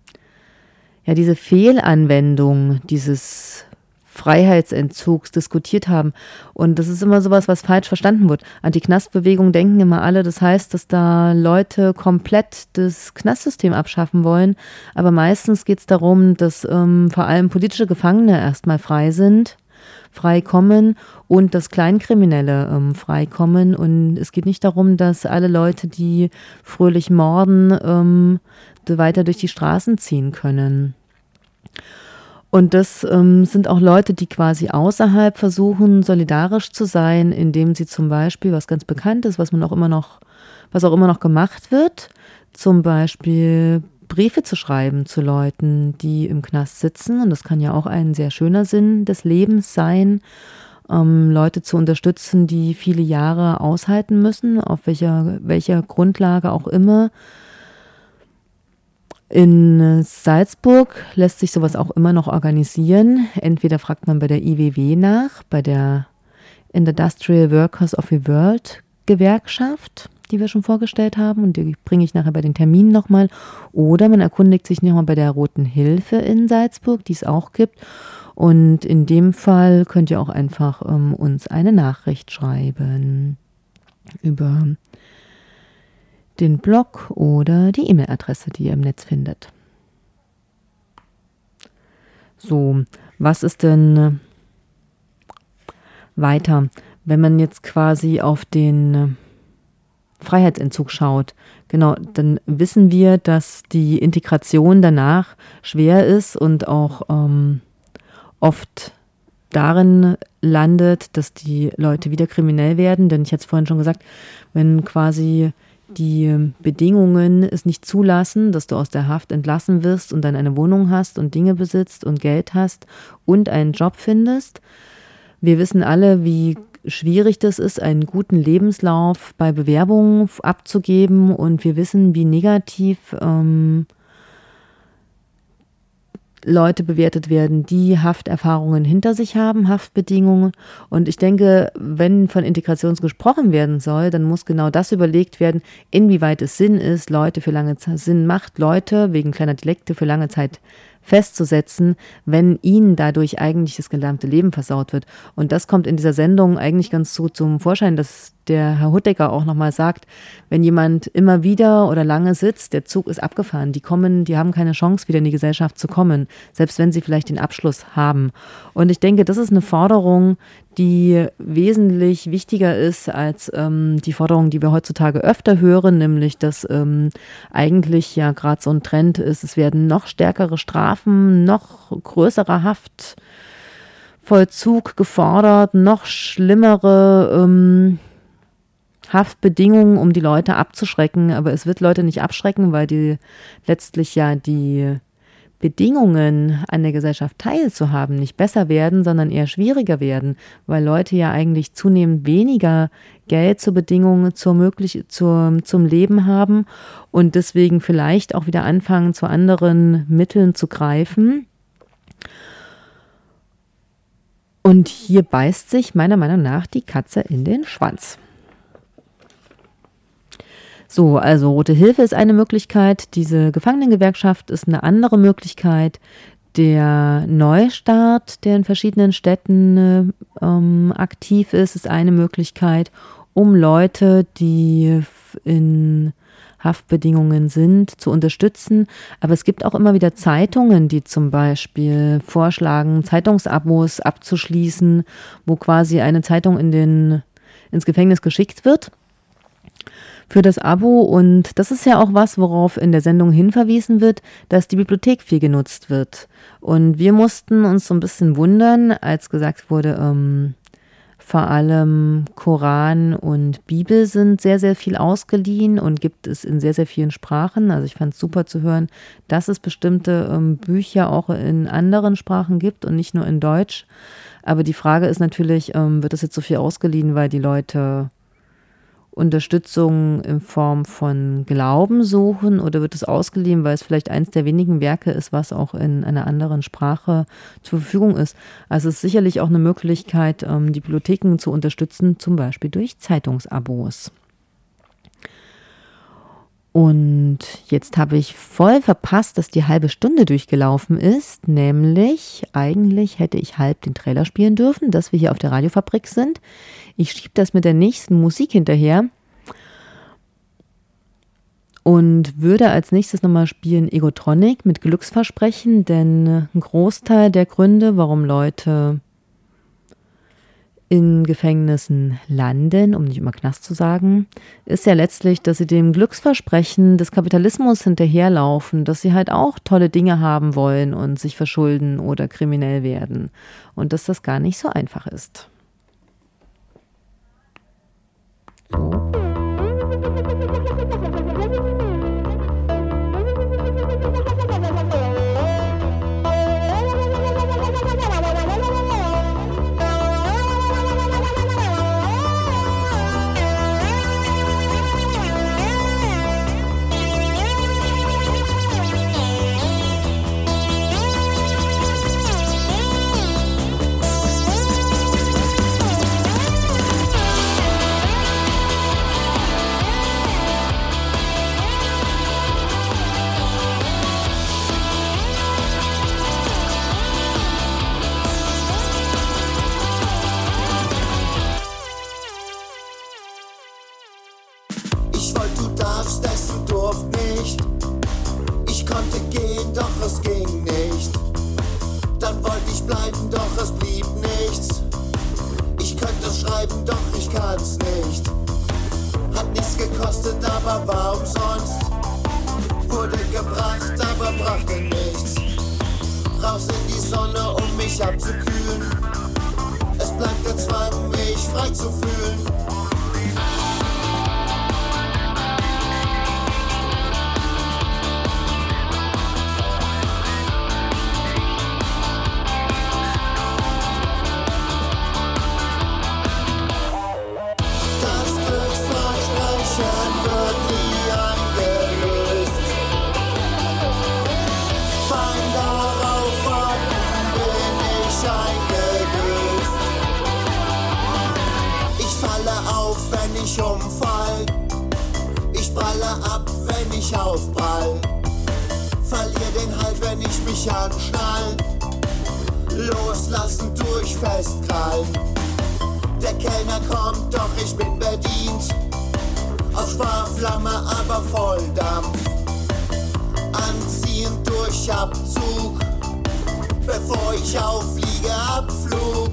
Fehlanwendung dieses Freiheitsentzugs diskutiert haben. Und das ist immer sowas, was falsch verstanden wird. Anti-Knast-Bewegung denken immer alle, das heißt, dass da Leute komplett das Knastsystem abschaffen wollen. Aber meistens geht es darum, dass vor allem politische Gefangene erstmal freikommen und dass Kleinkriminelle freikommen. Und es geht nicht darum, dass alle Leute, die fröhlich morden, weiter durch die Straßen ziehen können. Und das sind auch Leute, die quasi außerhalb versuchen, solidarisch zu sein, indem sie zum Beispiel, was ganz bekannt ist, was auch immer noch gemacht wird, zum Beispiel Briefe zu schreiben zu Leuten, die im Knast sitzen. Und das kann ja auch ein sehr schöner Sinn des Lebens sein, Leute zu unterstützen, die viele Jahre aushalten müssen, auf welcher Grundlage auch immer. In Salzburg lässt sich sowas auch immer noch organisieren. Entweder fragt man bei der IWW nach, bei der Industrial Workers of the World Gewerkschaft, die wir schon vorgestellt haben, und die bringe ich nachher bei den Terminen nochmal. Oder man erkundigt sich nochmal bei der Roten Hilfe in Salzburg, die es auch gibt. Und in dem Fall könnt ihr auch einfach uns eine Nachricht schreiben über den Blog oder die E-Mail-Adresse, die ihr im Netz findet. So, was ist denn weiter? Wenn man jetzt quasi auf den Freiheitsentzug schaut, genau, dann wissen wir, dass die Integration danach schwer ist und auch oft darin landet, dass die Leute wieder kriminell werden. Denn ich hatte es vorhin schon gesagt, wenn quasi die Bedingungen es nicht zulassen, dass du aus der Haft entlassen wirst und dann eine Wohnung hast und Dinge besitzt und Geld hast und einen Job findest. Wir wissen alle, wie schwierig das ist, einen guten Lebenslauf bei Bewerbungen abzugeben, und wir wissen, wie negativ Leute bewertet werden, die Hafterfahrungen hinter sich haben, Haftbedingungen. Und ich denke, wenn von Integration gesprochen werden soll, dann muss genau das überlegt werden, inwieweit es Sinn macht, Leute wegen kleiner Delikte für lange Zeit festzusetzen, wenn ihnen dadurch eigentlich das gesamte Leben versaut wird. Und das kommt in dieser Sendung eigentlich ganz so zum Vorschein, dass der Herr Huttecker auch nochmal sagt, wenn jemand immer wieder oder lange sitzt, der Zug ist abgefahren, die haben keine Chance, wieder in die Gesellschaft zu kommen, selbst wenn sie vielleicht den Abschluss haben. Und ich denke, das ist eine Forderung, die wesentlich wichtiger ist als die Forderung, die wir heutzutage öfter hören, nämlich, dass eigentlich ja gerade so ein Trend ist, es werden noch stärkere Strafen, noch größerer Haftvollzug gefordert, noch schlimmere Haftbedingungen, um die Leute abzuschrecken. Aber es wird Leute nicht abschrecken, weil die letztlich ja die Bedingungen an der Gesellschaft teilzuhaben nicht besser werden, sondern eher schwieriger werden, weil Leute ja eigentlich zunehmend weniger Geld zur Bedingungen zum Leben haben und deswegen vielleicht auch wieder anfangen, zu anderen Mitteln zu greifen. Und hier beißt sich meiner Meinung nach die Katze in den Schwanz. So, also Rote Hilfe ist eine Möglichkeit, diese Gefangenengewerkschaft ist eine andere Möglichkeit, der Neustart, der in verschiedenen Städten aktiv ist eine Möglichkeit, um Leute, die in Haftbedingungen sind, zu unterstützen. Aber es gibt auch immer wieder Zeitungen, die zum Beispiel vorschlagen, Zeitungsabos abzuschließen, wo quasi eine Zeitung ins Gefängnis geschickt wird für das Abo. Und das ist ja auch was, worauf in der Sendung hinverwiesen wird, dass die Bibliothek viel genutzt wird. Und wir mussten uns so ein bisschen wundern, als gesagt wurde, vor allem Koran und Bibel sind sehr, sehr viel ausgeliehen und gibt es in sehr, sehr vielen Sprachen. Also ich fand es super zu hören, dass es bestimmte Bücher auch in anderen Sprachen gibt und nicht nur in Deutsch. Aber die Frage ist natürlich, wird das jetzt so viel ausgeliehen, weil die Leute Unterstützung in Form von Glauben suchen oder wird es ausgeliehen, weil es vielleicht eins der wenigen Werke ist, was auch in einer anderen Sprache zur Verfügung ist. Also es ist sicherlich auch eine Möglichkeit, die Bibliotheken zu unterstützen, zum Beispiel durch Zeitungsabos. Und jetzt habe ich voll verpasst, dass die halbe Stunde durchgelaufen ist, nämlich eigentlich hätte ich halb den Trailer spielen dürfen, dass wir hier auf der Radiofabrik sind. Ich schiebe das mit der nächsten Musik hinterher und würde als nächstes nochmal spielen Egotronic mit Glücksversprechen, denn ein Großteil der Gründe, warum Leute in Gefängnissen landen, um nicht immer Knast zu sagen, ist ja letztlich, dass sie dem Glücksversprechen des Kapitalismus hinterherlaufen, dass sie halt auch tolle Dinge haben wollen und sich verschulden oder kriminell werden und dass das gar nicht so einfach ist. Der Kellner kommt, doch ich bin bedient. Aus Sparflamme, aber Volldampf. Anziehen durch Abzug, bevor ich auffliege, Abflug.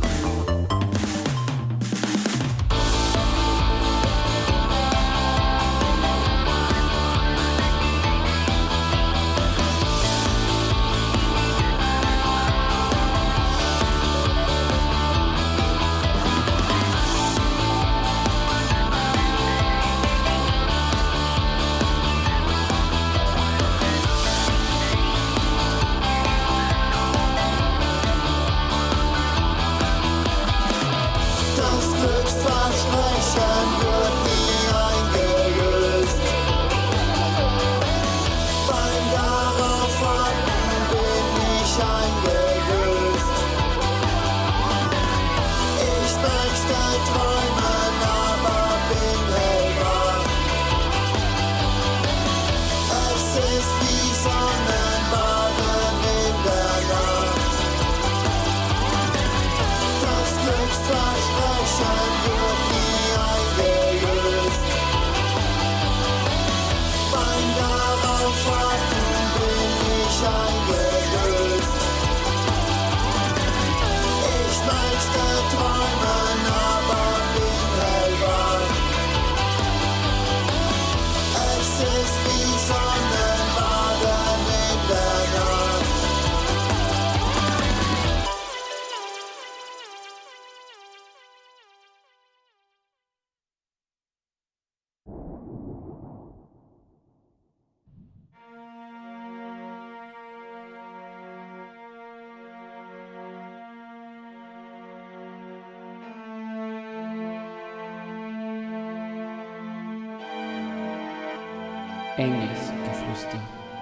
Engelsgeflüster.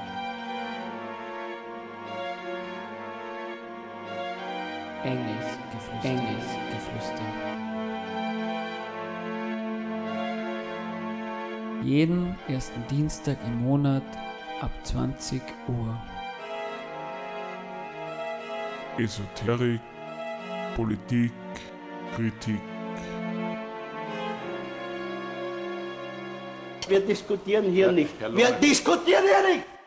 Engelsgeflüster. Engelsgeflüster. Jeden ersten Dienstag im Monat ab 20 Uhr. Esoterik, Politik, Kritik. Wir diskutieren hier nicht. Wir diskutieren hier nicht!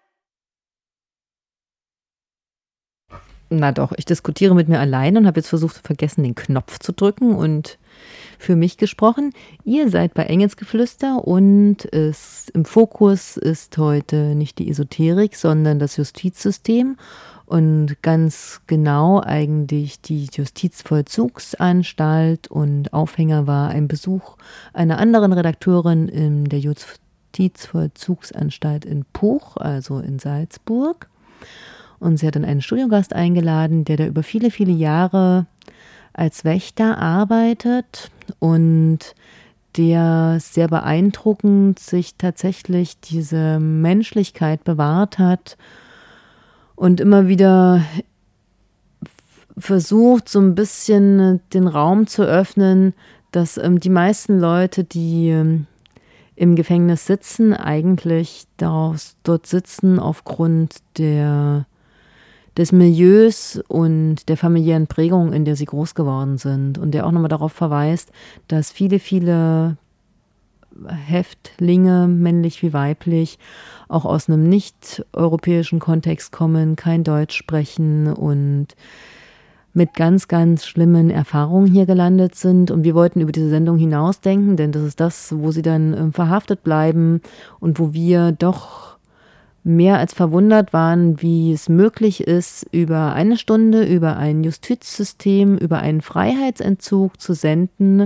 Na doch, ich diskutiere mit mir allein und habe jetzt versucht, vergessen, den Knopf zu drücken und für mich gesprochen. Ihr seid bei Engelsgeflüster und im Fokus ist heute nicht die Esoterik, sondern das Justizsystem und ganz genau eigentlich die Justizvollzugsanstalt, und Aufhänger war ein Besuch einer anderen Redakteurin in der Justizvollzugsanstalt in Puch, also in Salzburg. Und sie hat dann einen Studiogast eingeladen, der da über viele, viele Jahre als Wächter arbeitet und der sehr beeindruckend sich tatsächlich diese Menschlichkeit bewahrt hat und immer wieder versucht, so ein bisschen den Raum zu öffnen, dass die meisten Leute, die im Gefängnis sitzen, eigentlich dort sitzen aufgrund des Milieus und der familiären Prägung, in der sie groß geworden sind. Und der auch nochmal darauf verweist, dass viele, viele Häftlinge, männlich wie weiblich, auch aus einem nicht-europäischen Kontext kommen, kein Deutsch sprechen und mit ganz, ganz schlimmen Erfahrungen hier gelandet sind. Und wir wollten über diese Sendung hinausdenken, denn das ist das, wo sie dann verhaftet bleiben und wo wir doch mehr als verwundert waren, wie es möglich ist, über eine Stunde, über ein Justizsystem, über einen Freiheitsentzug zu senden,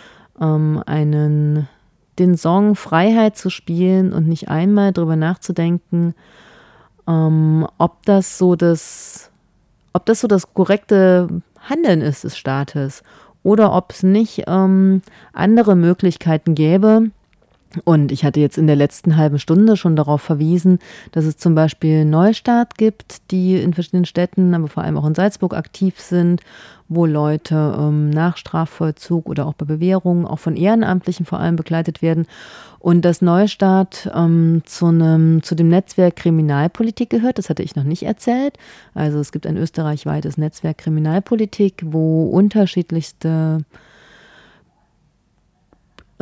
den Song Freiheit zu spielen und nicht einmal darüber nachzudenken, ob das so das korrekte Handeln ist des Staates oder ob es nicht andere Möglichkeiten gäbe. Und ich hatte jetzt in der letzten halben Stunde schon darauf verwiesen, dass es zum Beispiel Neustart gibt, die in verschiedenen Städten, aber vor allem auch in Salzburg aktiv sind, wo Leute nach Strafvollzug oder auch bei Bewährung, auch von Ehrenamtlichen vor allem begleitet werden. Und dass Neustart zu dem Netzwerk Kriminalpolitik gehört, das hatte ich noch nicht erzählt. Also es gibt ein österreichweites Netzwerk Kriminalpolitik, wo unterschiedlichste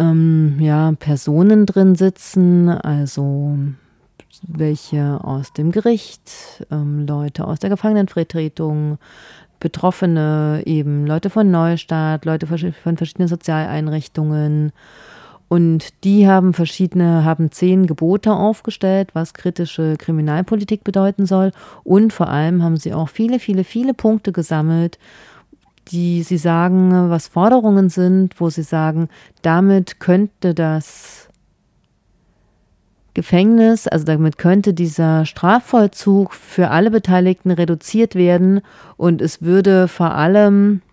Personen drin sitzen, also welche aus dem Gericht, Leute aus der Gefangenenvertretung, Betroffene, eben Leute von Neustadt, Leute von verschiedenen Sozialeinrichtungen. Und die haben 10 Gebote aufgestellt, was kritische Kriminalpolitik bedeuten soll. Und vor allem haben sie auch viele, viele, viele Punkte gesammelt, die sie sagen, was Forderungen sind, wo sie sagen, damit könnte das Gefängnis, also damit könnte dieser Strafvollzug für alle Beteiligten reduziert werden und es würde vor allem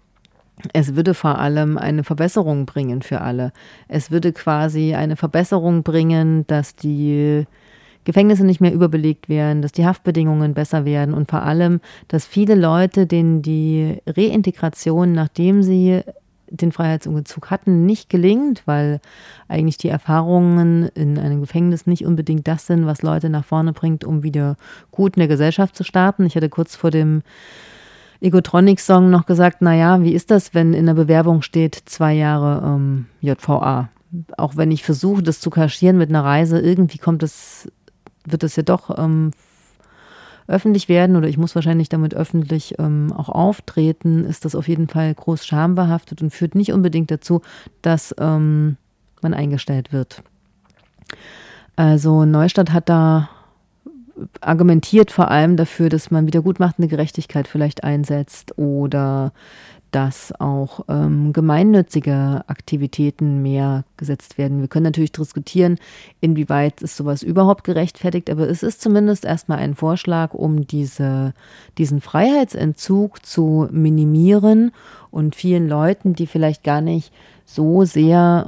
eine Verbesserung bringen für alle. Es würde quasi eine Verbesserung bringen, dass die Gefängnisse nicht mehr überbelegt werden, dass die Haftbedingungen besser werden und vor allem, dass viele Leute, denen die Reintegration, nachdem sie den Freiheitsentzug hatten, nicht gelingt, weil eigentlich die Erfahrungen in einem Gefängnis nicht unbedingt das sind, was Leute nach vorne bringt, um wieder gut in der Gesellschaft zu starten. Ich hatte kurz vor dem Egotronic-Song noch gesagt, naja, wie ist das, wenn in der Bewerbung steht 2 Jahre JVA? Auch wenn ich versuche, das zu kaschieren mit einer Reise, irgendwie wird es ja doch öffentlich werden oder ich muss wahrscheinlich damit öffentlich auch auftreten, ist das auf jeden Fall groß schambehaftet und führt nicht unbedingt dazu, dass man eingestellt wird. Also Neustadt hat da argumentiert vor allem dafür, dass man wiedergutmachende Gerechtigkeit vielleicht einsetzt oder dass auch gemeinnützige Aktivitäten mehr gesetzt werden. Wir können natürlich diskutieren, inwieweit ist sowas überhaupt gerechtfertigt, aber es ist zumindest erstmal ein Vorschlag, um diesen Freiheitsentzug zu minimieren und vielen Leuten, die vielleicht gar nicht so sehr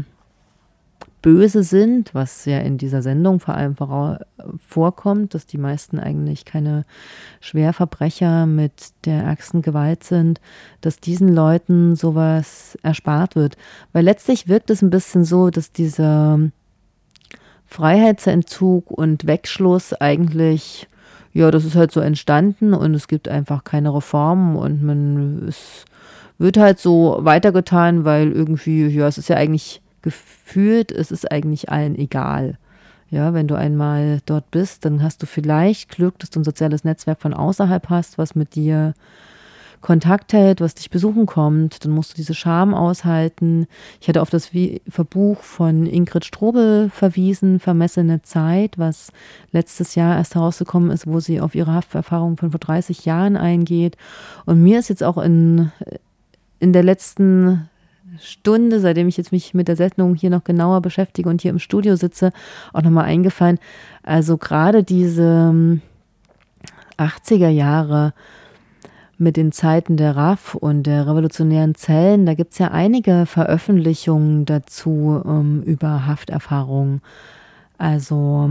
böse sind, was ja in dieser Sendung vor allem vorkommt, dass die meisten eigentlich keine Schwerverbrecher mit der ärgsten Gewalt sind, dass diesen Leuten sowas erspart wird. Weil letztlich wirkt es ein bisschen so, dass dieser Freiheitsentzug und Wegschluss eigentlich, ja, das ist halt so entstanden und es gibt einfach keine Reformen und es wird halt so weitergetan, weil irgendwie, ja, es ist ja eigentlich gefühlt, es ist eigentlich allen egal. Ja, wenn du einmal dort bist, dann hast du vielleicht Glück, dass du ein soziales Netzwerk von außerhalb hast, was mit dir Kontakt hält, was dich besuchen kommt. Dann musst du diese Scham aushalten. Ich hatte auf das Buch von Ingrid Strobel verwiesen, Vermessene Zeit, was letztes Jahr erst herausgekommen ist, wo sie auf ihre Hafterfahrung von vor 30 Jahren eingeht. Und mir ist jetzt auch in der letzten Stunde, seitdem ich jetzt mich mit der Sendung hier noch genauer beschäftige und hier im Studio sitze, auch nochmal eingefallen. Also gerade diese 80er Jahre mit den Zeiten der RAF und der revolutionären Zellen, da gibt es ja einige Veröffentlichungen dazu über Hafterfahrungen. Also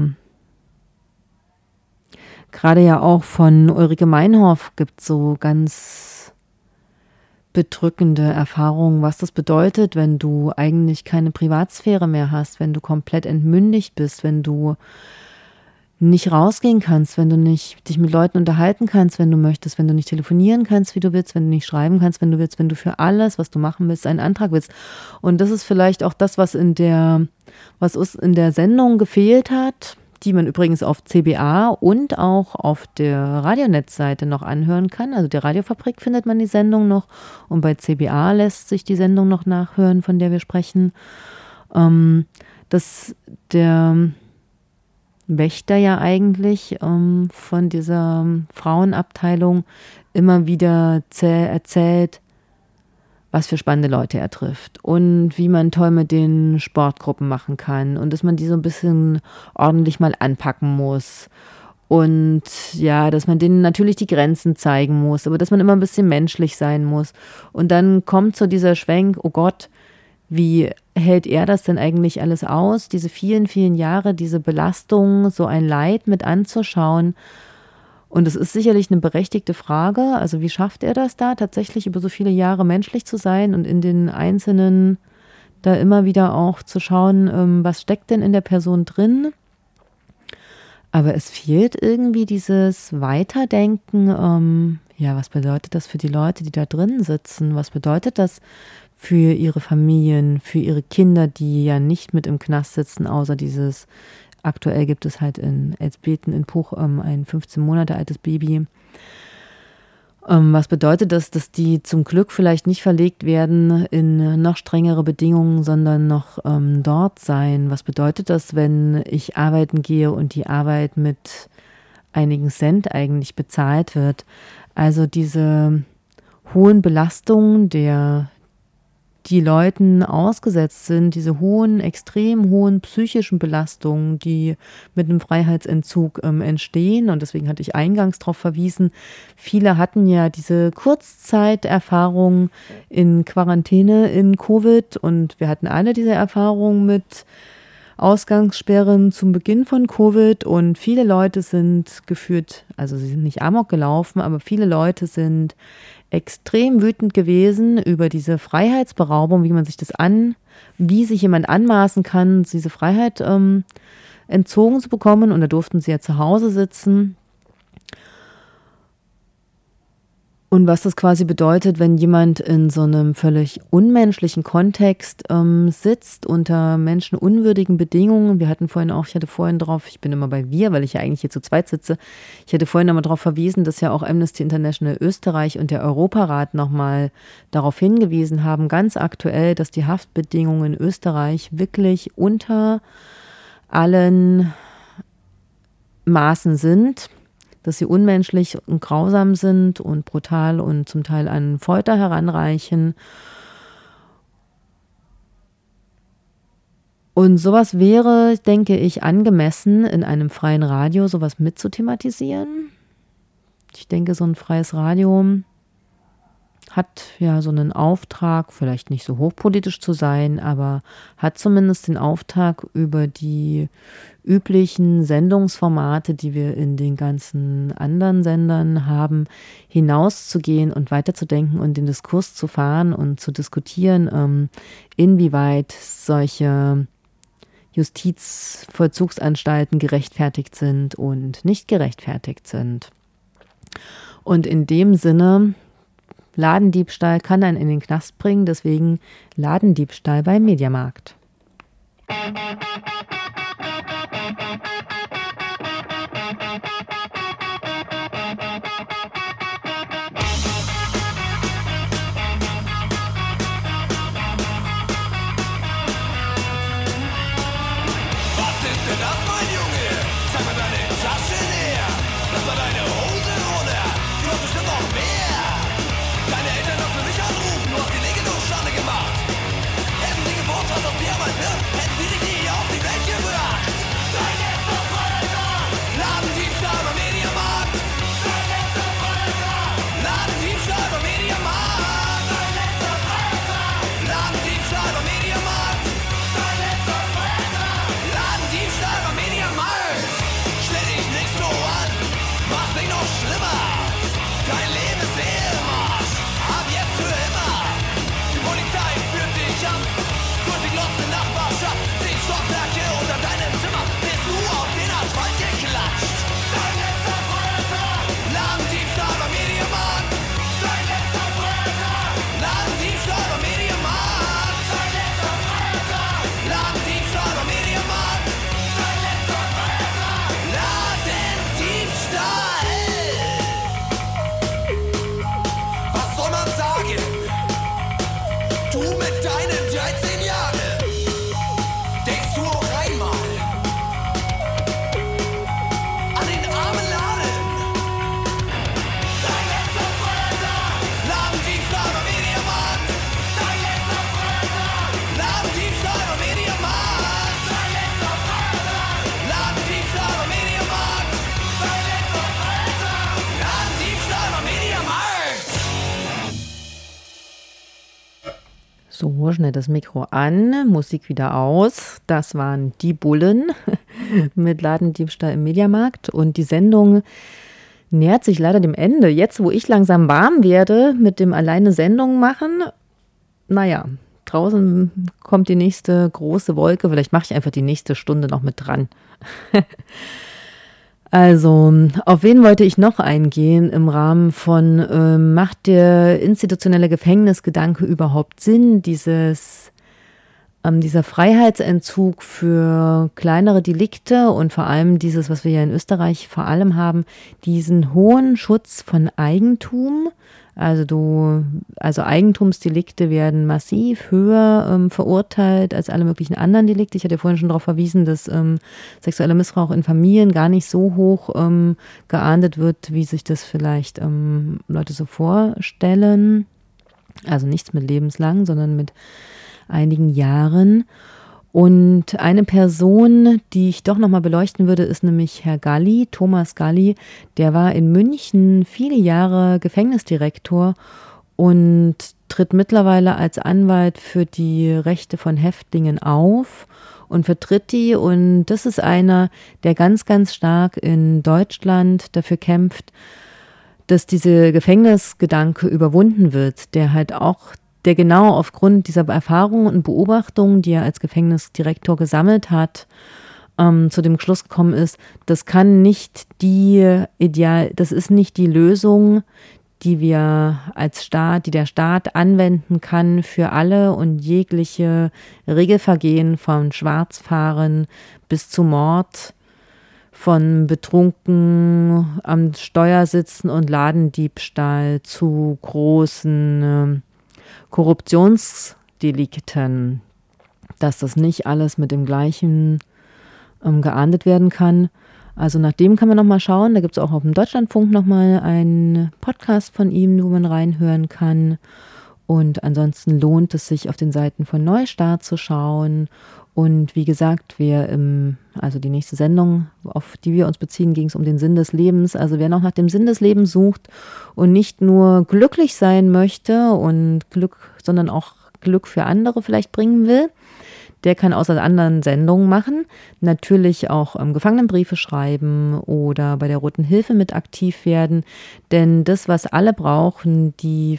gerade ja auch von Ulrike Meinhof gibt es so ganz bedrückende Erfahrungen, was das bedeutet, wenn du eigentlich keine Privatsphäre mehr hast, wenn du komplett entmündigt bist, wenn du nicht rausgehen kannst, wenn du nicht dich mit Leuten unterhalten kannst, wenn du möchtest, wenn du nicht telefonieren kannst, wie du willst, wenn du nicht schreiben kannst, wenn du willst, wenn du für alles, was du machen willst, einen Antrag willst. Und das ist vielleicht auch das, was uns in der Sendung gefehlt hat, die man übrigens auf CBA und auch auf der Radionetzseite noch anhören kann. Also der Radiofabrik findet man die Sendung noch und bei CBA lässt sich die Sendung noch nachhören, von der wir sprechen. Dass der Wächter ja eigentlich von dieser Frauenabteilung immer wieder erzählt, was für spannende Leute er trifft und wie man toll mit den Sportgruppen machen kann und dass man die so ein bisschen ordentlich mal anpacken muss und ja, dass man denen natürlich die Grenzen zeigen muss, aber dass man immer ein bisschen menschlich sein muss. Und dann kommt so dieser Schwenk, oh Gott, wie hält er das denn eigentlich alles aus, diese vielen, vielen Jahre, diese Belastung, so ein Leid mit anzuschauen. Und es ist sicherlich eine berechtigte Frage, also wie schafft er das da, tatsächlich über so viele Jahre menschlich zu sein und in den Einzelnen da immer wieder auch zu schauen, was steckt denn in der Person drin. Aber es fehlt irgendwie dieses Weiterdenken, ja, was bedeutet das für die Leute, die da drin sitzen? Was bedeutet das für ihre Familien, für ihre Kinder, die ja nicht mit im Knast sitzen, außer aktuell gibt es halt in Elsbeten in Puch ein 15 Monate altes Baby. Was bedeutet das, dass die zum Glück vielleicht nicht verlegt werden in noch strengere Bedingungen, sondern noch dort sein? Was bedeutet das, wenn ich arbeiten gehe und die Arbeit mit einigen Cent eigentlich bezahlt wird? Also diese hohen Belastungen, die Leuten ausgesetzt sind, diese extrem hohen psychischen Belastungen, die mit einem Freiheitsentzug entstehen. Und deswegen hatte ich eingangs darauf verwiesen, viele hatten ja diese Kurzzeiterfahrung in Quarantäne in Covid und wir hatten alle diese Erfahrung mit Ausgangssperren zum Beginn von Covid und viele Leute sind geführt, also sie sind nicht amok gelaufen, aber viele Leute sind extrem wütend gewesen über diese Freiheitsberaubung, wie sich jemand anmaßen kann, diese Freiheit entzogen zu bekommen. Und da durften sie ja zu Hause sitzen. Und was das quasi bedeutet, wenn jemand in so einem völlig unmenschlichen Kontext sitzt, unter menschenunwürdigen Bedingungen. Ich hatte vorhin drauf, ich bin immer bei wir, weil ich ja eigentlich hier zu zweit sitze. Ich hatte vorhin nochmal darauf verwiesen, dass ja auch Amnesty International Österreich und der Europarat nochmal darauf hingewiesen haben, ganz aktuell, dass die Haftbedingungen in Österreich wirklich unter allen Maßen sind, dass sie unmenschlich und grausam sind und brutal und zum Teil an Folter heranreichen. Und sowas wäre, denke ich, angemessen, in einem freien Radio sowas mitzuthematisieren. Ich denke, so ein freies Radio hat ja so einen Auftrag, vielleicht nicht so hochpolitisch zu sein, aber hat zumindest den Auftrag, über die üblichen Sendungsformate, die wir in den ganzen anderen Sendern haben, hinauszugehen und weiterzudenken und den Diskurs zu fahren und zu diskutieren, inwieweit solche Justizvollzugsanstalten gerechtfertigt sind und nicht gerechtfertigt sind. Und in dem Sinne, Ladendiebstahl kann einen in den Knast bringen, deswegen Ladendiebstahl beim Mediamarkt. So, schnell das Mikro an, Musik wieder aus. Das waren die Bullen mit Ladendiebstahl im Mediamarkt. Und die Sendung nähert sich leider dem Ende. Jetzt, wo ich langsam warm werde mit dem alleine Sendung machen, naja, draußen kommt die nächste große Wolke. Vielleicht mache ich einfach die nächste Stunde noch mit dran. Also, auf wen wollte ich noch eingehen im Rahmen von, macht der institutionelle Gefängnisgedanke überhaupt Sinn? Dieser Freiheitsentzug für kleinere Delikte und vor allem dieses, was wir ja in Österreich vor allem haben, diesen hohen Schutz von Eigentum. Also Eigentumsdelikte werden massiv höher verurteilt als alle möglichen anderen Delikte. Ich hatte ja vorhin schon darauf verwiesen, dass sexueller Missbrauch in Familien gar nicht so hoch geahndet wird, wie sich das vielleicht Leute so vorstellen. Also nichts mit lebenslang, sondern mit einigen Jahren. Und eine Person, die ich doch nochmal beleuchten würde, ist nämlich Herr Galli, Thomas Galli. Der war in München viele Jahre Gefängnisdirektor und tritt mittlerweile als Anwalt für die Rechte von Häftlingen auf und vertritt die. Und das ist einer, der ganz, ganz stark in Deutschland dafür kämpft, dass diese Gefängnisgedanke überwunden wird, der genau aufgrund dieser Erfahrungen und Beobachtungen, die er als Gefängnisdirektor gesammelt hat, zu dem Schluss gekommen ist, das ist nicht die Lösung, die wir als Staat, die der Staat anwenden kann für alle und jegliche Regelvergehen von Schwarzfahren bis zu Mord, von betrunken am Steuer sitzen und Ladendiebstahl zu großen Korruptionsdelikten, dass das nicht alles mit dem gleichen geahndet werden kann. Also nach dem kann man nochmal schauen. Da gibt es auch auf dem Deutschlandfunk nochmal einen Podcast von ihm, wo man reinhören kann. Und ansonsten lohnt es sich, auf den Seiten von Neustart zu schauen. Und wie gesagt, also die nächste Sendung, auf die wir uns beziehen, ging es um den Sinn des Lebens. Also wer noch nach dem Sinn des Lebens sucht und nicht nur glücklich sein möchte sondern auch Glück für andere vielleicht bringen will, der kann außer anderen Sendungen machen. Natürlich auch Gefangenenbriefe schreiben oder bei der Roten Hilfe mit aktiv werden. Denn das, was alle brauchen, die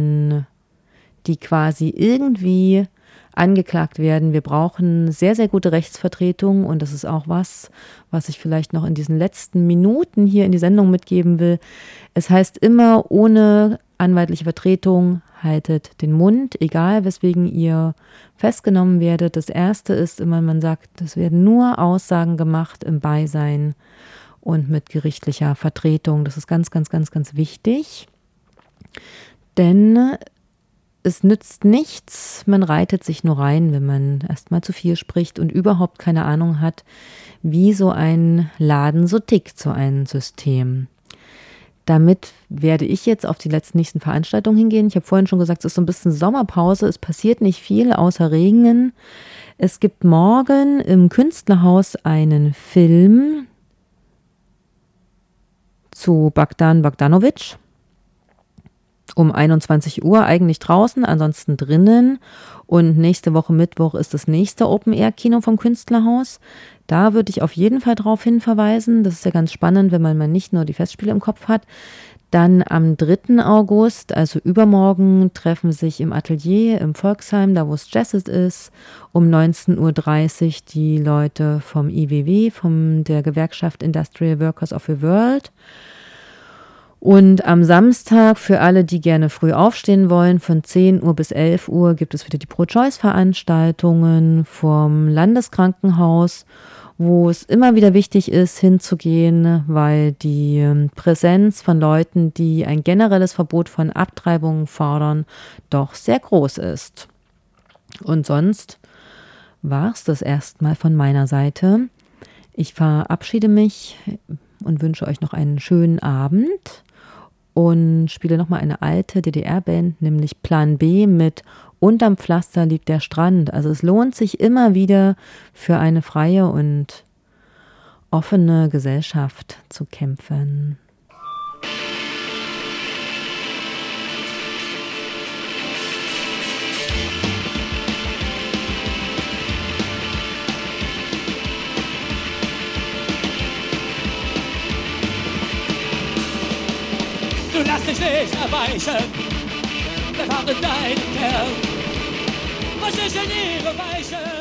quasi irgendwie angeklagt werden. Wir brauchen sehr, sehr gute Rechtsvertretung und das ist auch was ich vielleicht noch in diesen letzten Minuten hier in die Sendung mitgeben will. Es heißt immer, ohne anwaltliche Vertretung haltet den Mund, egal weswegen ihr festgenommen werdet. Das Erste ist immer, man sagt, es werden nur Aussagen gemacht im Beisein und mit gerichtlicher Vertretung. Das ist ganz, ganz, ganz, ganz wichtig, denn es nützt nichts, man reitet sich nur rein, wenn man erstmal zu viel spricht und überhaupt keine Ahnung hat, wie so ein Laden so tickt, so ein System. Damit werde ich jetzt auf die nächsten Veranstaltungen hingehen. Ich habe vorhin schon gesagt, es ist so ein bisschen Sommerpause, es passiert nicht viel außer Regnen. Es gibt morgen im Künstlerhaus einen Film zu Bogdan Bogdanovic. Um 21 Uhr eigentlich draußen, ansonsten drinnen. Und nächste Woche Mittwoch ist das nächste Open-Air-Kino vom Künstlerhaus. Da würde ich auf jeden Fall drauf hinverweisen. Das ist ja ganz spannend, wenn man mal nicht nur die Festspiele im Kopf hat. Dann am 3. August, also übermorgen, treffen sich im Atelier im Volksheim, da wo es Jazz ist, um 19.30 Uhr die Leute vom IWW, von der Gewerkschaft Industrial Workers of the World. Und am Samstag, für alle, die gerne früh aufstehen wollen, von 10 Uhr bis 11 Uhr gibt es wieder die Pro-Choice-Veranstaltungen vom Landeskrankenhaus, wo es immer wieder wichtig ist, hinzugehen, weil die Präsenz von Leuten, die ein generelles Verbot von Abtreibungen fordern, doch sehr groß ist. Und sonst war es das erstmal von meiner Seite. Ich verabschiede mich und wünsche euch noch einen schönen Abend und spiele nochmal eine alte DDR-Band, nämlich Plan B mit Unterm Pflaster liegt der Strand. Also es lohnt sich immer wieder für eine freie und offene Gesellschaft zu kämpfen. Du lass dich nicht erweichen, bewahre deinen Kerl. Was ist in ihre Weiche?